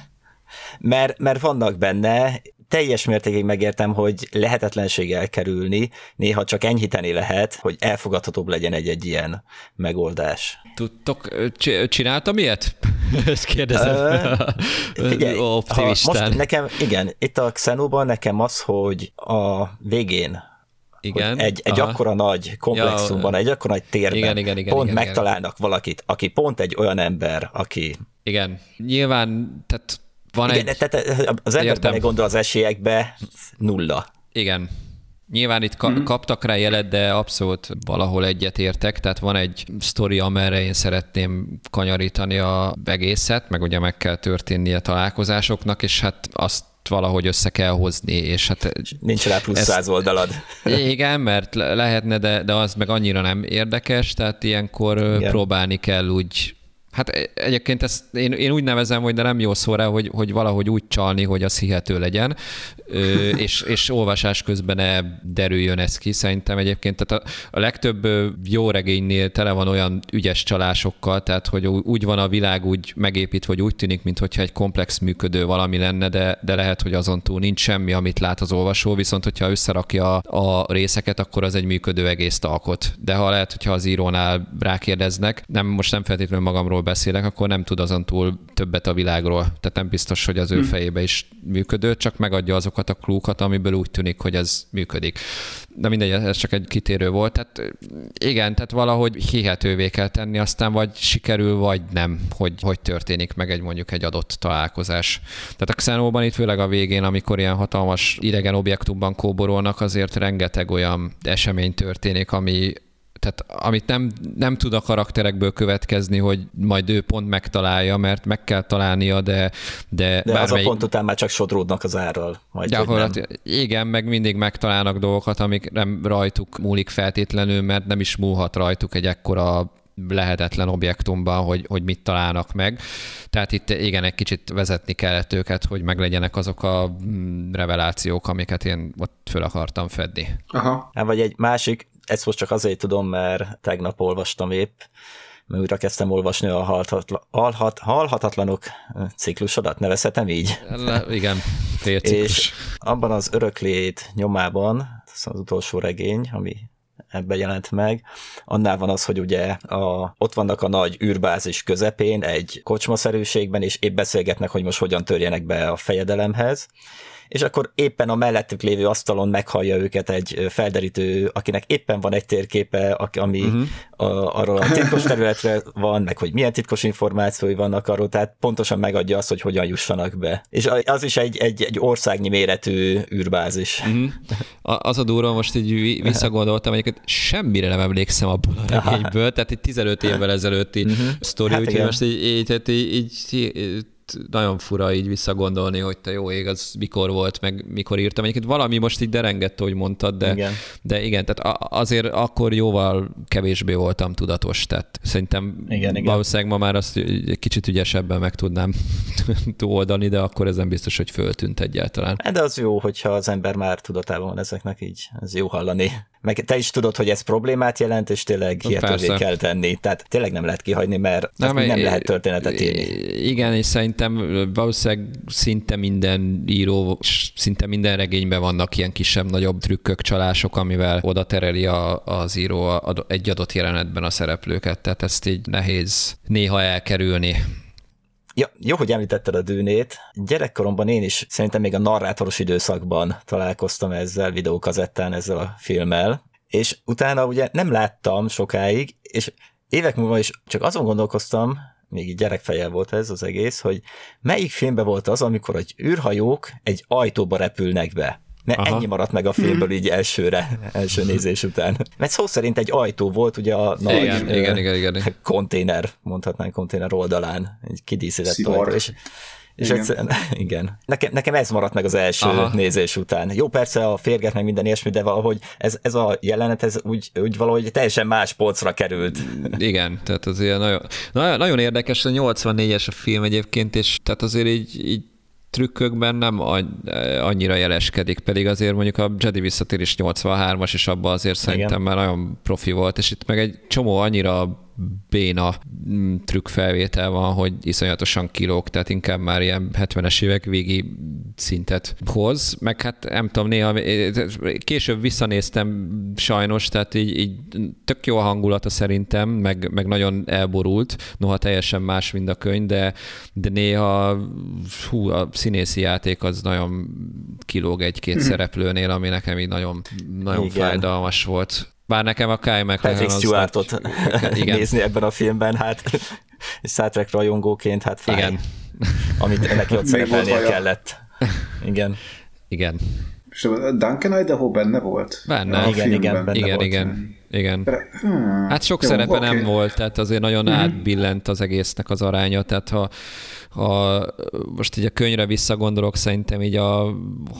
mert, mert vannak benne, teljes mértékig megértem, hogy lehetetlenség elkerülni, néha csak enyhíteni lehet, hogy elfogadhatóbb legyen egy-egy ilyen megoldás. Tudtok, csináltam ilyet? Ezt kérdezem. Uh, figyelj, optimistán. Most nekem, igen, itt a Xenóban nekem az, hogy a végén igen, egy, egy akkora nagy komplexumban, ja, egy akkora nagy térben igen, igen, igen, pont igen, megtalálnak igen. valakit, aki pont egy olyan ember, aki... Igen, nyilván, tehát van igen, egy... Tehát az ember belegondol az esélyekbe, nulla. Igen. Nyilván itt ka- mm-hmm. kaptak rá jelet, de abszolút valahol egyet értek, tehát van egy sztori, amerre én szeretném kanyarítani a egészet, meg ugye meg kell történnie találkozásoknak, és hát azt valahogy össze kell hozni, és hát... Nincs rá plusz ezt, száz oldalad. Igen, mert lehetne, de, de az meg annyira nem érdekes, tehát ilyenkor igen. próbálni kell úgy... Hát egyébként ezt én, én úgy nevezem, hogy de nem jó szó rá, hogy, hogy valahogy úgy csalni, hogy az hihető legyen, ö, és, és olvasás közben ne derüljön ez ki. Szerintem egyébként tehát a, a legtöbb jó regénynél tele van olyan ügyes csalásokkal, tehát hogy úgy van a világ úgy megépítve, hogy úgy tűnik, mintha egy komplex működő valami lenne, de, de lehet, hogy azon túl nincs semmi, amit lát az olvasó, viszont hogyha összerakja a részeket, akkor az egy működő egészt alkot. De ha lehet, hogyha az írónál rákérdeznek, nem, most nem feltétlenül magamról beszélek, akkor nem tud azon túl többet a világról. Tehát nem biztos, hogy az ő fejébe is működő, csak megadja azokat a klúkat, amiből úgy tűnik, hogy ez működik. De mindegy, ez csak egy kitérő volt. Tehát igen, tehát valahogy hihetővé kell tenni, aztán vagy sikerül, vagy nem, hogy, hogy történik meg egy mondjuk egy adott találkozás. Tehát a Xenóban itt főleg a végén, amikor ilyen hatalmas idegen objektumban kóborolnak, azért rengeteg olyan esemény történik, ami tehát amit nem, nem tud a karakterekből következni, hogy majd ő pont megtalálja, mert meg kell találnia, de... De, de bármely... az a pont után már csak sodródnak az árral. Majd, Gyakorlatilag, igen, meg mindig megtalálnak dolgokat, amik nem rajtuk múlik feltétlenül, mert nem is múlhat rajtuk egy ekkora lehetetlen objektumban, hogy, hogy mit találnak meg. Tehát itt igen, egy kicsit vezetni kellett őket, hogy meglegyenek azok a revelációk, amiket én ott föl akartam fedni. Aha. Hát vagy egy másik, ezt most csak azért tudom, mert tegnap olvastam épp, mert újra kezdtem olvasni a halhatatlan, halhat, halhatatlanok ciklusodat, nevezhetem így? Le, igen, félciklus. És abban az Öröklét nyomában, az utolsó regény, ami ebben jelent meg, annál van az, hogy ugye a, ott vannak a nagy űrbázis közepén, egy kocsmaszerűségben, és épp beszélgetnek, hogy most hogyan törjenek be a fejedelemhez, és akkor éppen a mellettük lévő asztalon meghallja őket egy felderítő, akinek éppen van egy térképe, ami uh-huh. a, arról a titkos területre van, meg hogy milyen titkos információi vannak arról, tehát pontosan megadja azt, hogy hogyan jussanak be. És az is egy, egy, egy országnyi méretű űrbázis. Uh-huh. Az a durva, most így visszagondoltam, egyébként semmire nem emlékszem abból a regényből, tehát egy tizenöt évvel ezelőtti uh-huh. sztori, hát úgyhogy most így, így, így, így, így nagyon fura így visszagondolni, hogy te jó ég, az mikor volt, meg mikor írtam. Egyébként valami most így derengett, hogy mondtad, de igen, de igen tehát azért akkor jóval kevésbé voltam tudatos, tehát szerintem igen, valószínűleg igen. ma már azt egy kicsit ügyesebben meg tudnám oldani, de akkor ezen biztos, hogy föltűnt egyáltalán. De az jó, hogyha az ember már tudatában van ezeknek, így ez jó hallani. Meg te is tudod, hogy ez problémát jelent, és tényleg hihetővé kell tenni. Tehát tényleg nem lehet kihagyni, mert nem, nem lehet történetet írni. Igen, és szerintem valószínűleg szinte minden író, szinte minden regényben vannak ilyen kisebb-nagyobb trükkök, csalások, amivel oda tereli a, az író egy adott jelenetben a szereplőket. Tehát ezt így nehéz néha elkerülni. Ja, jó, hogy említetted a Dűnét. Gyerekkoromban én is szerintem még a narrátoros időszakban találkoztam ezzel, videókazettán ezzel a filmmel, és utána ugye nem láttam sokáig, és évek múlva is csak azon gondolkoztam, még így gyerekfejjel volt ez az egész, hogy melyik filmben volt az, amikor egy űrhajók egy ajtóba repülnek be. mert Aha. ennyi maradt meg a filmből így elsőre, első nézés után. Mert szó szerint egy ajtó volt ugye a nagy igen, igen, igen, igen. konténer, mondhatnánk konténer oldalán, egy kidíszített Szivart. ajtó, és És igen. Egyszerűen, igen. Nekem, nekem ez maradt meg az első Aha. nézés után. Jó, persze a férget meg minden ilyesmi, de valahogy ez, ez a jelenet, ez úgy, úgy valahogy teljesen más polcra került. Igen, tehát azért nagyon, nagyon, nagyon érdekes, a nyolcvannégyes a film egyébként, és tehát azért így, így trükkökben nem annyira jeleskedik, pedig azért mondjuk a Jedi visszatérés nyolcvanhármas, és abban azért szerintem már nagyon profi volt, és itt meg egy csomó annyira béna trükkfelvétel van, hogy iszonyatosan kilóg, tehát inkább már ilyen hetvenes évek végi szintet hoz, meg hát nem tudom, néha később visszanéztem sajnos, tehát így, így tök jó a hangulata szerintem, meg, meg nagyon elborult, noha teljesen más, mint a könyv, de, de néha hú, a színészi játék az nagyon kilóg egy-két mm. szereplőnél, ami nekem így nagyon, nagyon fájdalmas volt. Bár nekem a Kyle MacLachlan Patrick Stewartot nézni ebben a filmben, hát Star Trek rajongóként, hát fáj. Igen. Amit neki ott szerepelnie kellett. Igen. Igen. És Duncan Idaho benne volt? Benne. A igen, igen, benne igen, volt. igen, igen. Hmm. Hát sok Jó, szerepe okay. nem volt, tehát azért nagyon mm-hmm. átbillent az egésznek az aránya, tehát ha ha most így a könyvre visszagondolok, szerintem így a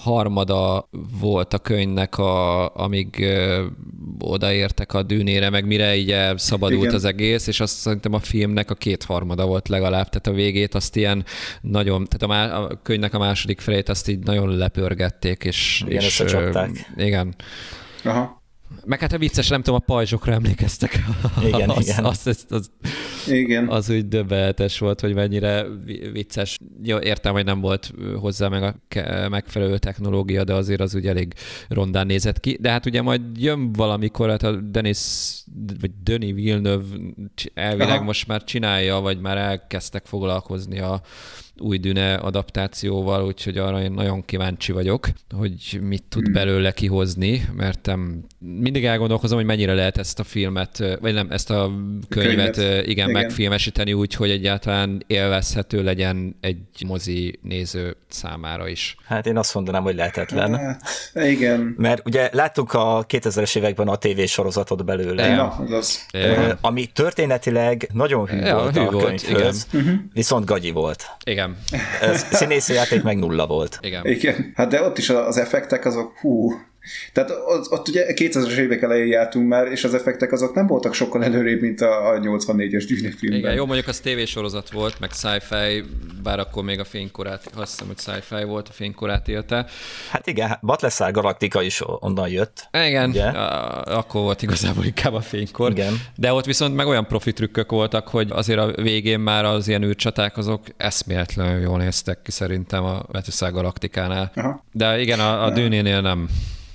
harmada volt a könyvnek, a, amíg ö, odaértek a dűnére, meg mire így szabadult Igen. az egész, és azt szerintem a filmnek a kétharmada volt legalább, tehát a végét azt ilyen nagyon, tehát a, má, a könyvnek a második felét azt így nagyon lepörgették, és... Igen, és összecsapták. Ö, igen. Aha. Meg hát a vicces, nem tudom, a pajzsokra emlékeztek. Igen, az, igen. Az, az, az, igen. Az úgy döbbenetes volt, hogy mennyire vicces. Jó, értem, hogy nem volt hozzá meg a megfelelő technológia, de azért az úgy elég rondán nézett ki. De hát ugye majd jön valamikor, hát a Denis, vagy Denis Villeneuve elvileg Aha. most már csinálja, vagy már elkezdtek foglalkozni a új Dune adaptációval, úgyhogy arra én nagyon kíváncsi vagyok, hogy mit tud hmm. belőle kihozni, mert nem, mindig elgondolkozom, hogy mennyire lehet ezt a filmet, vagy nem, ezt a könyvet, könyvet. Igen, igen, megfilmesíteni úgy, hogy egyáltalán élvezhető legyen egy mozi néző számára is. Hát én azt mondanám, hogy lehetetlen. Hát, igen. Mert ugye láttuk a kétezres években a tévésorozatot belőle, ja, az. Ja. ami történetileg nagyon hű ja, volt hű a volt, könyvhöz, igen. viszont gagyi volt. Igen. Színészi játék meg nulla volt. Igen. Igen. Hát de ott is az effektek azok, hú, tehát ott, ott ugye kétezres évek elején jártunk már, és az effektek azok nem voltak sokkal előrébb, mint a, a nyolcvannégyes Dune filmben. Igen, jó, mondjuk az tévésorozat volt, meg sci-fi, bár akkor még a fénykorát, azt hiszem, hogy sci-fi volt, a fénykorát élte. Hát igen, Battlestar Galactica is onnan jött. Igen, ugye? Akkor volt igazából inkább a fénykor. Igen. De ott viszont meg olyan profi trükkök voltak, hogy azért a végén már az ilyen űrcsaták azok eszméletlenül jól néztek ki szerintem a Battlestar Galacticánál. Aha. De igen, a, a Dune-nél nem.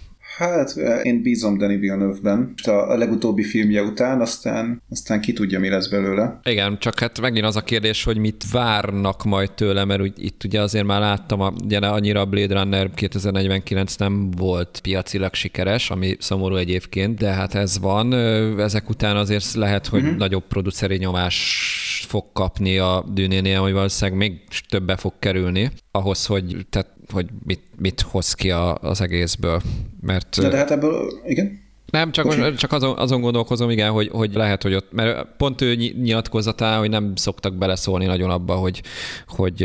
Hát én bízom Denis Villeneuve-ben. A legutóbbi filmje után, aztán, aztán ki tudja, mi lesz belőle. Igen, csak hát megint az a kérdés, hogy mit várnak majd tőle, mert úgy, itt ugye azért már láttam, a, ugye annyira a Blade Runner kétezer-negyvenkilenc nem volt piacilag sikeres, ami szomorú egyébként, de hát ez van. Ezek után azért lehet, hogy uh-huh. nagyobb produceri nyomás fog kapni a Dune-nél, hogy valószínűleg még többe fog kerülni ahhoz, hogy, tehát, hogy mit, mit hoz ki a, az egészből. Mert, de, de hát ebből, igen? Nem, csak, csak azon, azon gondolkozom, igen, hogy, hogy lehet, hogy ott, mert pont ő nyilatkozatá, hogy nem szoktak beleszólni nagyon abba, hogy, hogy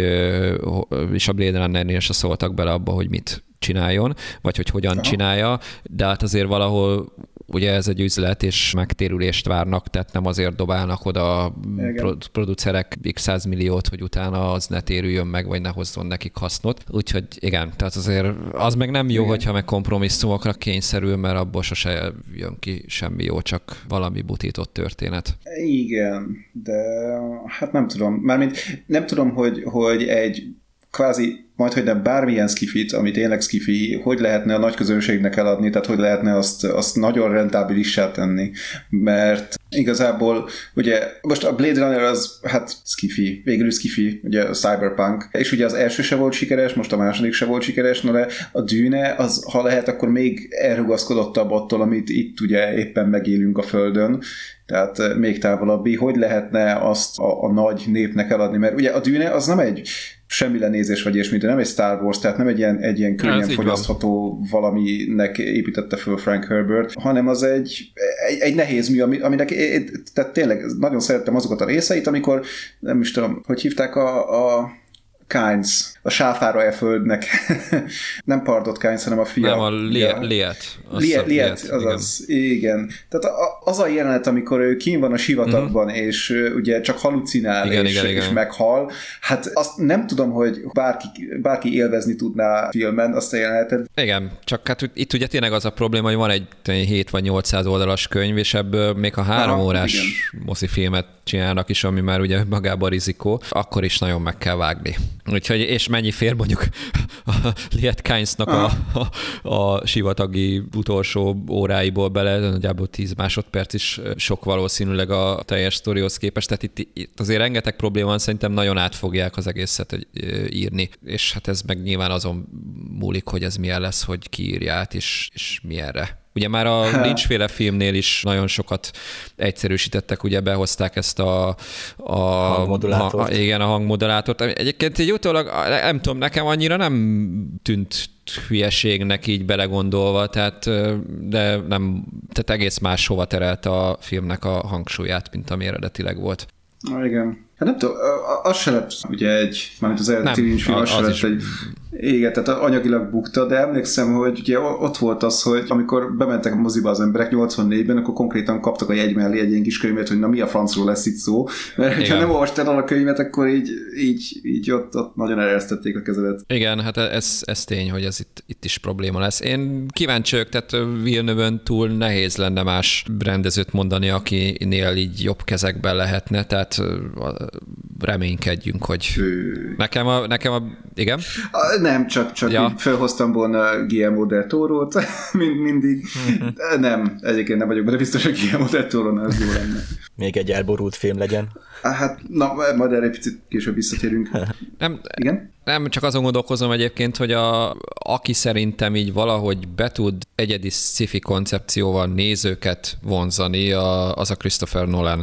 és a Blade Runnernél se szóltak bele abba, hogy mit csináljon, vagy hogy hogyan Aha. csinálja, de hát azért valahol ugye ez egy üzlet, és megtérülést várnak, tehát nem azért dobálnak oda pro- producerek x százmilliót, hogy utána az ne térüljön meg, vagy ne hozzon nekik hasznot. Úgyhogy igen, tehát azért az meg nem jó, igen. hogyha meg kompromisszumokra kényszerül, mert abból sose jön ki semmi jó, csak valami butított történet. Igen, de hát nem tudom. Mármint nem tudom, hogy, hogy egy kvázi majd, hogy nem bármilyen skifit, ami tényleg skifi, hogy lehetne a nagy közönségnek eladni, tehát hogy lehetne azt, azt nagyon rentábilissá tenni, mert igazából ugye most a Blade Runner az hát skifi, végül skifi, ugye a cyberpunk, és ugye az első se volt sikeres, most a második se volt sikeres, na de a Dune az, ha lehet, akkor még elrugaszkodottabb attól, amit itt ugye éppen megélünk a Földön, Tehát még távolabbi, hogy lehetne azt a, a nagy népnek eladni, mert ugye a Dűne az nem egy semmi lenézés vagy ilyesmi, de nem egy Star Wars, tehát nem egy ilyen, egy ilyen könnyen fogyasztható valaminek építette föl Frank Herbert, hanem az egy, egy, egy nehéz mű, aminek tehát tényleg nagyon szerettem azokat a részeit, amikor nem is tudom, hogy hívták a, a Kynes, a sáfára e földnek. Nem Pardot Kynes, hanem a fia. Nem, a Liet. Liet, Liet, azaz. Igen. igen. Tehát az a jelenet, amikor ő kín van a sivatagban, uh-huh. és ugye csak halucinál, igen, és, igen, és igen. meghal. Hát azt nem tudom, hogy bárki, bárki élvezni tudná a filmen azt a jelenetet. Igen, csak hát itt ugye tényleg az a probléma, hogy van egy hét vagy nyolcszáz oldalas könyv, és ebből még a három Aha, órás igen. mozifilmet csinálnak is, ami már ugye magában rizikó, akkor is nagyon meg kell vágni. Úgyhogy, és mennyi fér mondjuk a Liet Kynesnak a, a, a sivatagi utolsó óráiból bele, nagyjából tíz másodperc is sok valószínűleg a teljes sztorihoz képest, tehát itt, itt azért rengeteg probléma van, szerintem nagyon átfogják az egészet hogy, írni, és hát ez meg nyilván azon múlik, hogy ez milyen lesz, hogy kiírja át, és, és milyenre. Ugye már a Lynch-féle filmnél is nagyon sokat egyszerűsítettek, ugye behozták ezt a, a hangmodulátort. Ha, igen, a hangmodulátort. Egyébként egy utólag, nem tudom, nekem annyira nem tűnt hülyeségnek így belegondolva, tehát, de nem, tehát egész máshova terelte a filmnek a hangsúlyát, mint ami eredetileg volt. Ah, igen. Hát nem tudom, az se lett ugye egy, mármint az eredeti Lynch film, az, az se lett is. egy, igen, tehát anyagilag bukta, de emlékszem, hogy ugye ott volt az, hogy amikor bementek a moziba az emberek nyolcvannégyben, akkor konkrétan kaptak a jegy mellé egy ilyen kis könyvet, hogy na mi a francról lesz itt szó, mert ha nem olvastál a könyvet, akkor így, így, így ott, ott nagyon eresztették a kezedet. Igen, hát ez, ez tény, hogy ez itt, itt is probléma lesz. Én kíváncsi vagyok, tehát Villeneuve-ön túl nehéz lenne más rendezőt mondani, akinél így jobb kezekben lehetne, tehát reménykedjünk, hogy nekem a, nekem a igen? A, nem, csak, csak ja. felhoztam volna Guillermo del Toro-t, mind, mindig. Nem, egyébként nem vagyok benne biztos, hogy Guillermo del Toro-nál az jó lenne. Még egy elborult film legyen. Hát, na, majd erre egy picit később visszatérünk. Nem, igen? Nem, csak azon gondolkozom egyébként, hogy a, aki szerintem így valahogy be tud egyedi sci-fi koncepcióval nézőket vonzani, a, az a Christopher Nolan.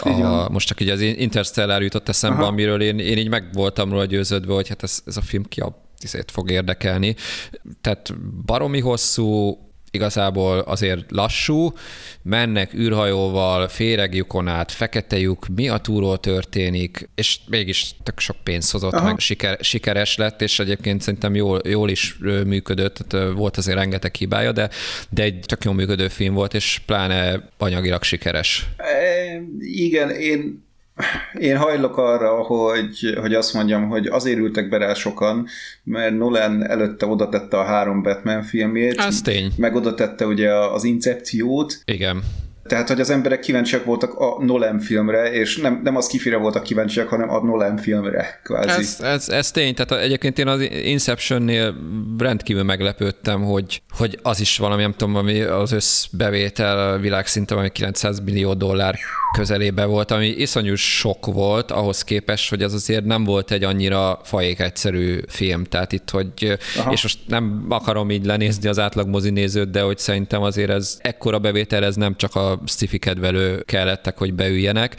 A, most csak így az Interstellar jutott eszembe, Aha. amiről én, én így meg voltam róla győződve, hogy hát ez, ez a film ki a tizét fog érdekelni. Tehát baromi hosszú, igazából azért lassú, mennek űrhajóval, féregjukon át, fekete lyuk, mi a túról történik, és mégis tök sok pénzt hozott, Aha. meg siker, sikeres lett, és egyébként szerintem jól, jól is működött, tehát volt azért rengeteg hibája, de, de egy tök jól működő film volt, és pláne anyagilag sikeres. E, igen, én Én hajlok arra, hogy, hogy azt mondjam, hogy azért ültek be rá sokan, mert Nolan előtte oda tette a három Batman filmjét. Ez tény. Meg oda tette ugye az Incepciót. Igen. Tehát, hogy az emberek kíváncsiak voltak a Nolan filmre, és nem, nem az Skifire voltak kíváncsiak, hanem a Nolan filmre, kvázi. Ez, ez, ez tény, tehát egyébként én az Inceptionnél rendkívül meglepődtem, hogy, hogy az is valami, nem tudom, ami az összbevétel világszinten, ami kilencszáz millió dollár közelébe volt, ami iszonyú sok volt ahhoz képest, hogy az azért nem volt egy annyira fajék egyszerű film, tehát itt, hogy, Aha. és most nem akarom így lenézni az átlag mozinézőt, de hogy szerintem azért ez ekkora bevétel, ez nem csak a sci-fi kedvelő kellettek, hogy beüljenek,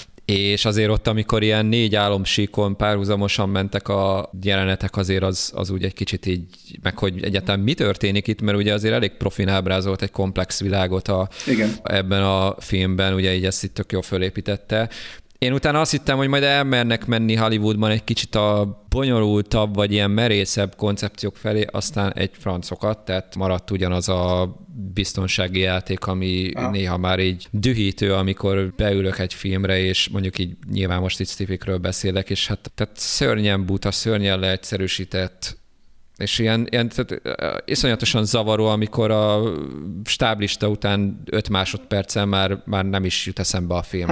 és azért ott, amikor ilyen négy álomsíkon párhuzamosan mentek a jelenetek, azért az, az úgy egy kicsit így, meg hogy egyáltalán mi történik itt, mert ugye azért elég profin ábrázolt egy komplex világot a, Igen. ebben a filmben, ugye így ezt itt tök jól fölépítette. Én utána azt hittem, hogy majd elmernek menni Hollywoodban egy kicsit a bonyolultabb, vagy ilyen merészebb koncepciók felé, aztán egy francokat, tehát maradt ugyanaz a biztonsági játék, ami ah. néha már így dühítő, amikor beülök egy filmre, és mondjuk így nyilván most itt sci-fikről beszélek, és hát tehát szörnyen buta, szörnyen leegyszerűsített, és ilyen, ilyen tehát, iszonyatosan zavaró, amikor a stáblista után öt másodperccel már, már nem is jut eszembe a film.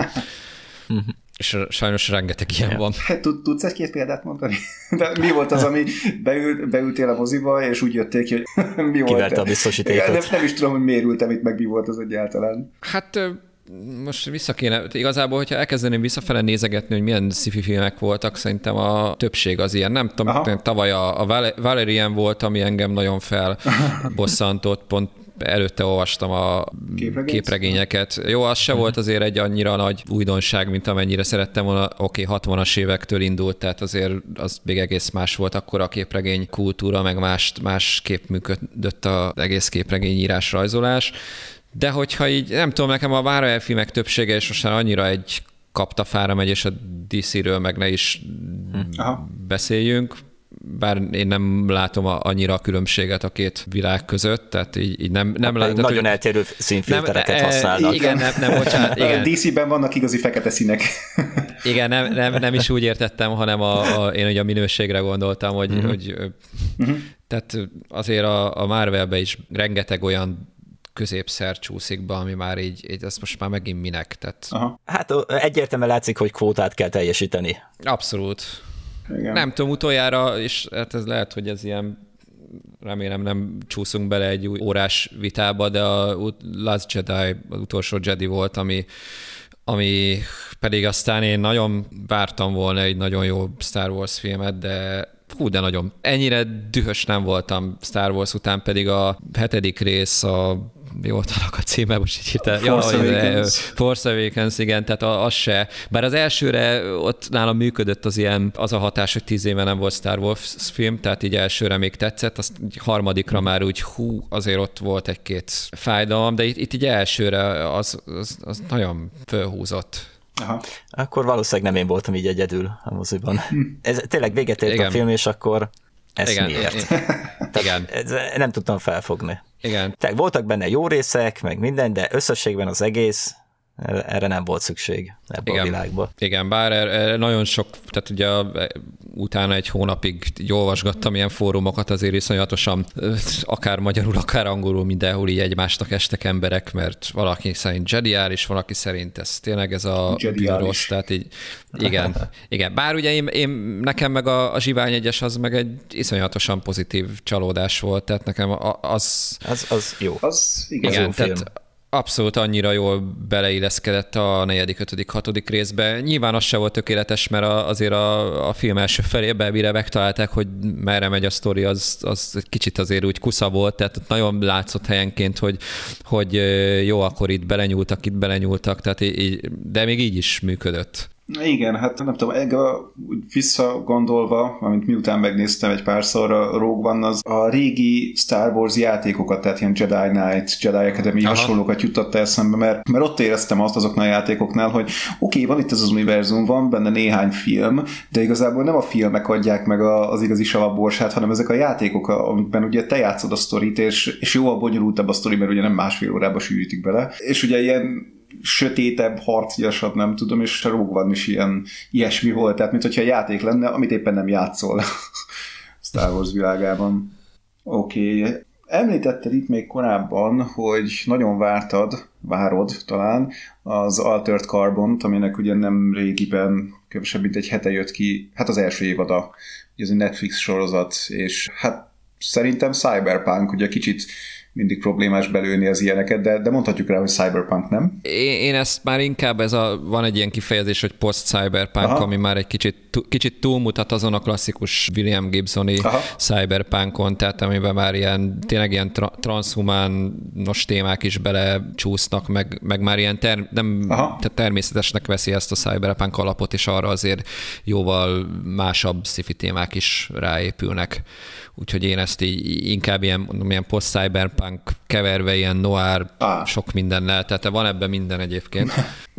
És sajnos rengeteg ilyen van. Tudsz egy-két példát mondani? De mi volt az, ami beül, beültél a moziba, és úgy jötték, hogy mi volt? Kiverte a biztosítékot. Nem, nem is tudom, hogy miért ültem itt, meg mi volt az egyáltalán. Hát most vissza kéne, igazából, hogyha elkezdeném visszafele nézegetni, hogy milyen sci-fi filmek voltak, szerintem a többség az ilyen. Nem tudom, Aha. tavaly a, a Valerian volt, ami engem nagyon felbosszantott, pont előtte olvastam a Képregény? képregényeket. Jó, az se volt azért egy annyira nagy újdonság, mint amennyire szerettem volna. Oké, okay, hatvanas évektől indult, tehát azért az még egész más volt akkor a képregény kultúra, meg más, más kép működött az egész képregény írás, rajzolás. De hogyha így, nem tudom, nekem a Marvel filmek többsége és most már annyira egy kaptafára megy, és a dé cé-ről meg ne is Aha. beszéljünk, bár én nem látom a, annyira a különbséget a két világ között, tehát így, így nem, nem látom. Nagyon hogy... eltérő színfiltereket nem, használnak. Igen, nem, nem, bocsánat. Igen. A dé cé-ben vannak igazi fekete színek. Igen, nem, nem, nem is úgy értettem, hanem a, a, én ugye a minőségre gondoltam, hogy, uh-huh. hogy uh-huh. tehát azért a, a Marvelbe is rengeteg olyan középszer csúszik be, ami már így, így ez most már megint minek. Tehát... Aha. Hát egyértelműen látszik, hogy kvótát kell teljesíteni. Abszolút. Igen. Nem tudom, utoljára, és hát ez lehet, hogy ez ilyen, remélem nem csúszunk bele egy új órás vitába, de a Last Jedi, az utolsó Jedi volt, ami, ami pedig aztán én nagyon vártam volna egy nagyon jó Star Wars filmet, de hú, de nagyon. Ennyire dühös nem voltam Star Wars után, pedig a hetedik rész, a jól talak a címe, most így hirtelen. Force ja, Awakens. Force Awakens, igen, tehát az se. Bár az elsőre ott nálam működött az ilyen, az a hatás, hogy tíz éve nem volt Star Wars film, tehát így elsőre még tetszett, azt harmadikra hmm. már úgy hú, azért ott volt egy-két fájdalom, de itt, itt így elsőre az, az, az nagyon fölhúzott. Aha. Akkor valószínűleg nem én voltam így egyedül a moziban. Hm. Ez tényleg véget ért a film, és akkor ez igen. miért? Igen. Ez, nem tudtam felfogni. Igen. Tehát voltak benne jó részek, meg minden, de összességben az egész, erre nem volt szükség ebben a világban. Igen, bár erre nagyon sok, tehát ugye utána egy hónapig így olvasgattam ilyen fórumokat, azért iszonyatosan akár magyarul, akár angolul mindenhol így egymásnak estek emberek, mert valaki szerint zsediális, valaki szerint ez tényleg ez a bűnrossz, tehát így igen, igen. Bár ugye én, én nekem meg a, a Zsivány egyes az meg egy iszonyatosan pozitív csalódás volt, tehát nekem az... Az, az jó. Az igaz. Igen, jó tehát film. Abszolút annyira jól beleilleszkedett a negyedik, ötödik, hatodik részbe. Nyilván az se volt tökéletes, mert azért a, a film első felében, mire megtalálták, hogy merre megy a sztori, az, az egy kicsit azért úgy kusza volt, tehát nagyon látszott helyenként, hogy, hogy jó, akkor itt belenyúltak, itt belenyúltak, tehát így, de még így is működött. Igen, hát nem tudom, visszagondolva, amint miután megnéztem egy párszor a Rogue One, az a régi Star Wars játékokat, tehát ilyen Jedi Knight, Jedi Academy Aha. hasonlókat juttatta eszembe, mert, mert ott éreztem azt azoknál a játékoknál, hogy oké, okay, van itt ez az univerzum, van benne néhány film, de igazából nem a filmek adják meg az igazi savaborsát, hanem ezek a játékok, amikben ugye te játszod a sztorit, és, és jóval bonyolultabb a sztori, mert ugye nem másfél órába sűrítik bele, és ugye ilyen sötétebb, harciasabb, nem tudom, és a Rogue One is ilyen, ilyesmi volt, tehát mint hogyha játék lenne, amit éppen nem játszol Star Wars világában. Oké. Okay. Említetted itt még korábban, hogy nagyon vártad, várod talán, az Altered Carbont, aminek ugye nem régiben, kevesebb mint egy hete jött ki, hát az első évada, ugye ez egy Netflix sorozat, és hát szerintem Cyberpunk, ugye kicsit mindig problémás belőni az ilyeneket, de, de mondhatjuk rá, hogy cyberpunk, nem? Én ezt már inkább, ez a, van egy ilyen kifejezés, hogy post-cyberpunk, Aha. ami már egy kicsit, kicsit túlmutat azon a klasszikus William Gibsoni Aha. cyberpunkon, tehát amiben már ilyen, tényleg ilyen tra- transhumános témák is belecsúsznak, meg, meg már ilyen ter- nem, tehát természetesnek veszi ezt a cyberpunk alapot, és arra azért jóval másabb sci-fi témák is ráépülnek. Úgyhogy én ezt így inkább ilyen, mondom, ilyen post-cyberpunk keverve, ilyen noir, ah. sok mindennel, tehát van ebben minden egyébként.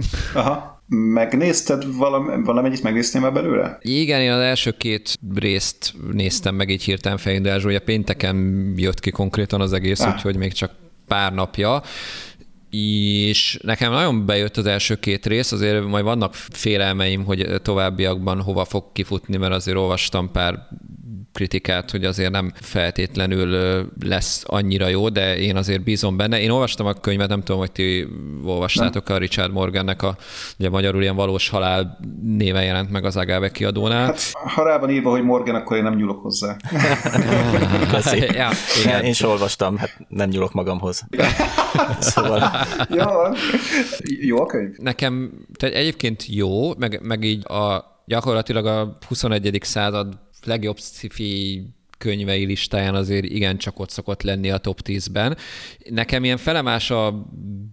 Aha. Megnézted valami, valamennyit, megnéztél már belőle? Igen, én az első két részt néztem meg így hirtelen fején, de ugye pénteken jött ki konkrétan az egész, ah. úgyhogy még csak pár napja. És nekem nagyon bejött az első két rész, azért majd vannak félelmeim, hogy továbbiakban hova fog kifutni, mert azért olvastam pár kritikát, hogy azért nem feltétlenül lesz annyira jó, de én azért bízom benne. Én olvastam a könyvet, nem tudom, hogy ti olvastátok nem. a Richard Morgannek, a, ugye magyarul ilyen Valós halál néven jelent meg az Agave kiadónál. Hát, ha rá van írva, hogy Morgan, akkor én nem nyúlok hozzá. ja, igen. Én is olvastam, hát nem nyúlok magamhoz. Szóval... jó, jó a könyv? Nekem tehát egyébként jó, meg, meg így a, gyakorlatilag a huszonegyedik század legjobb sci-fi könyvei listáján azért igencsak ott szokott lenni a top tízben. Nekem ilyen felemás a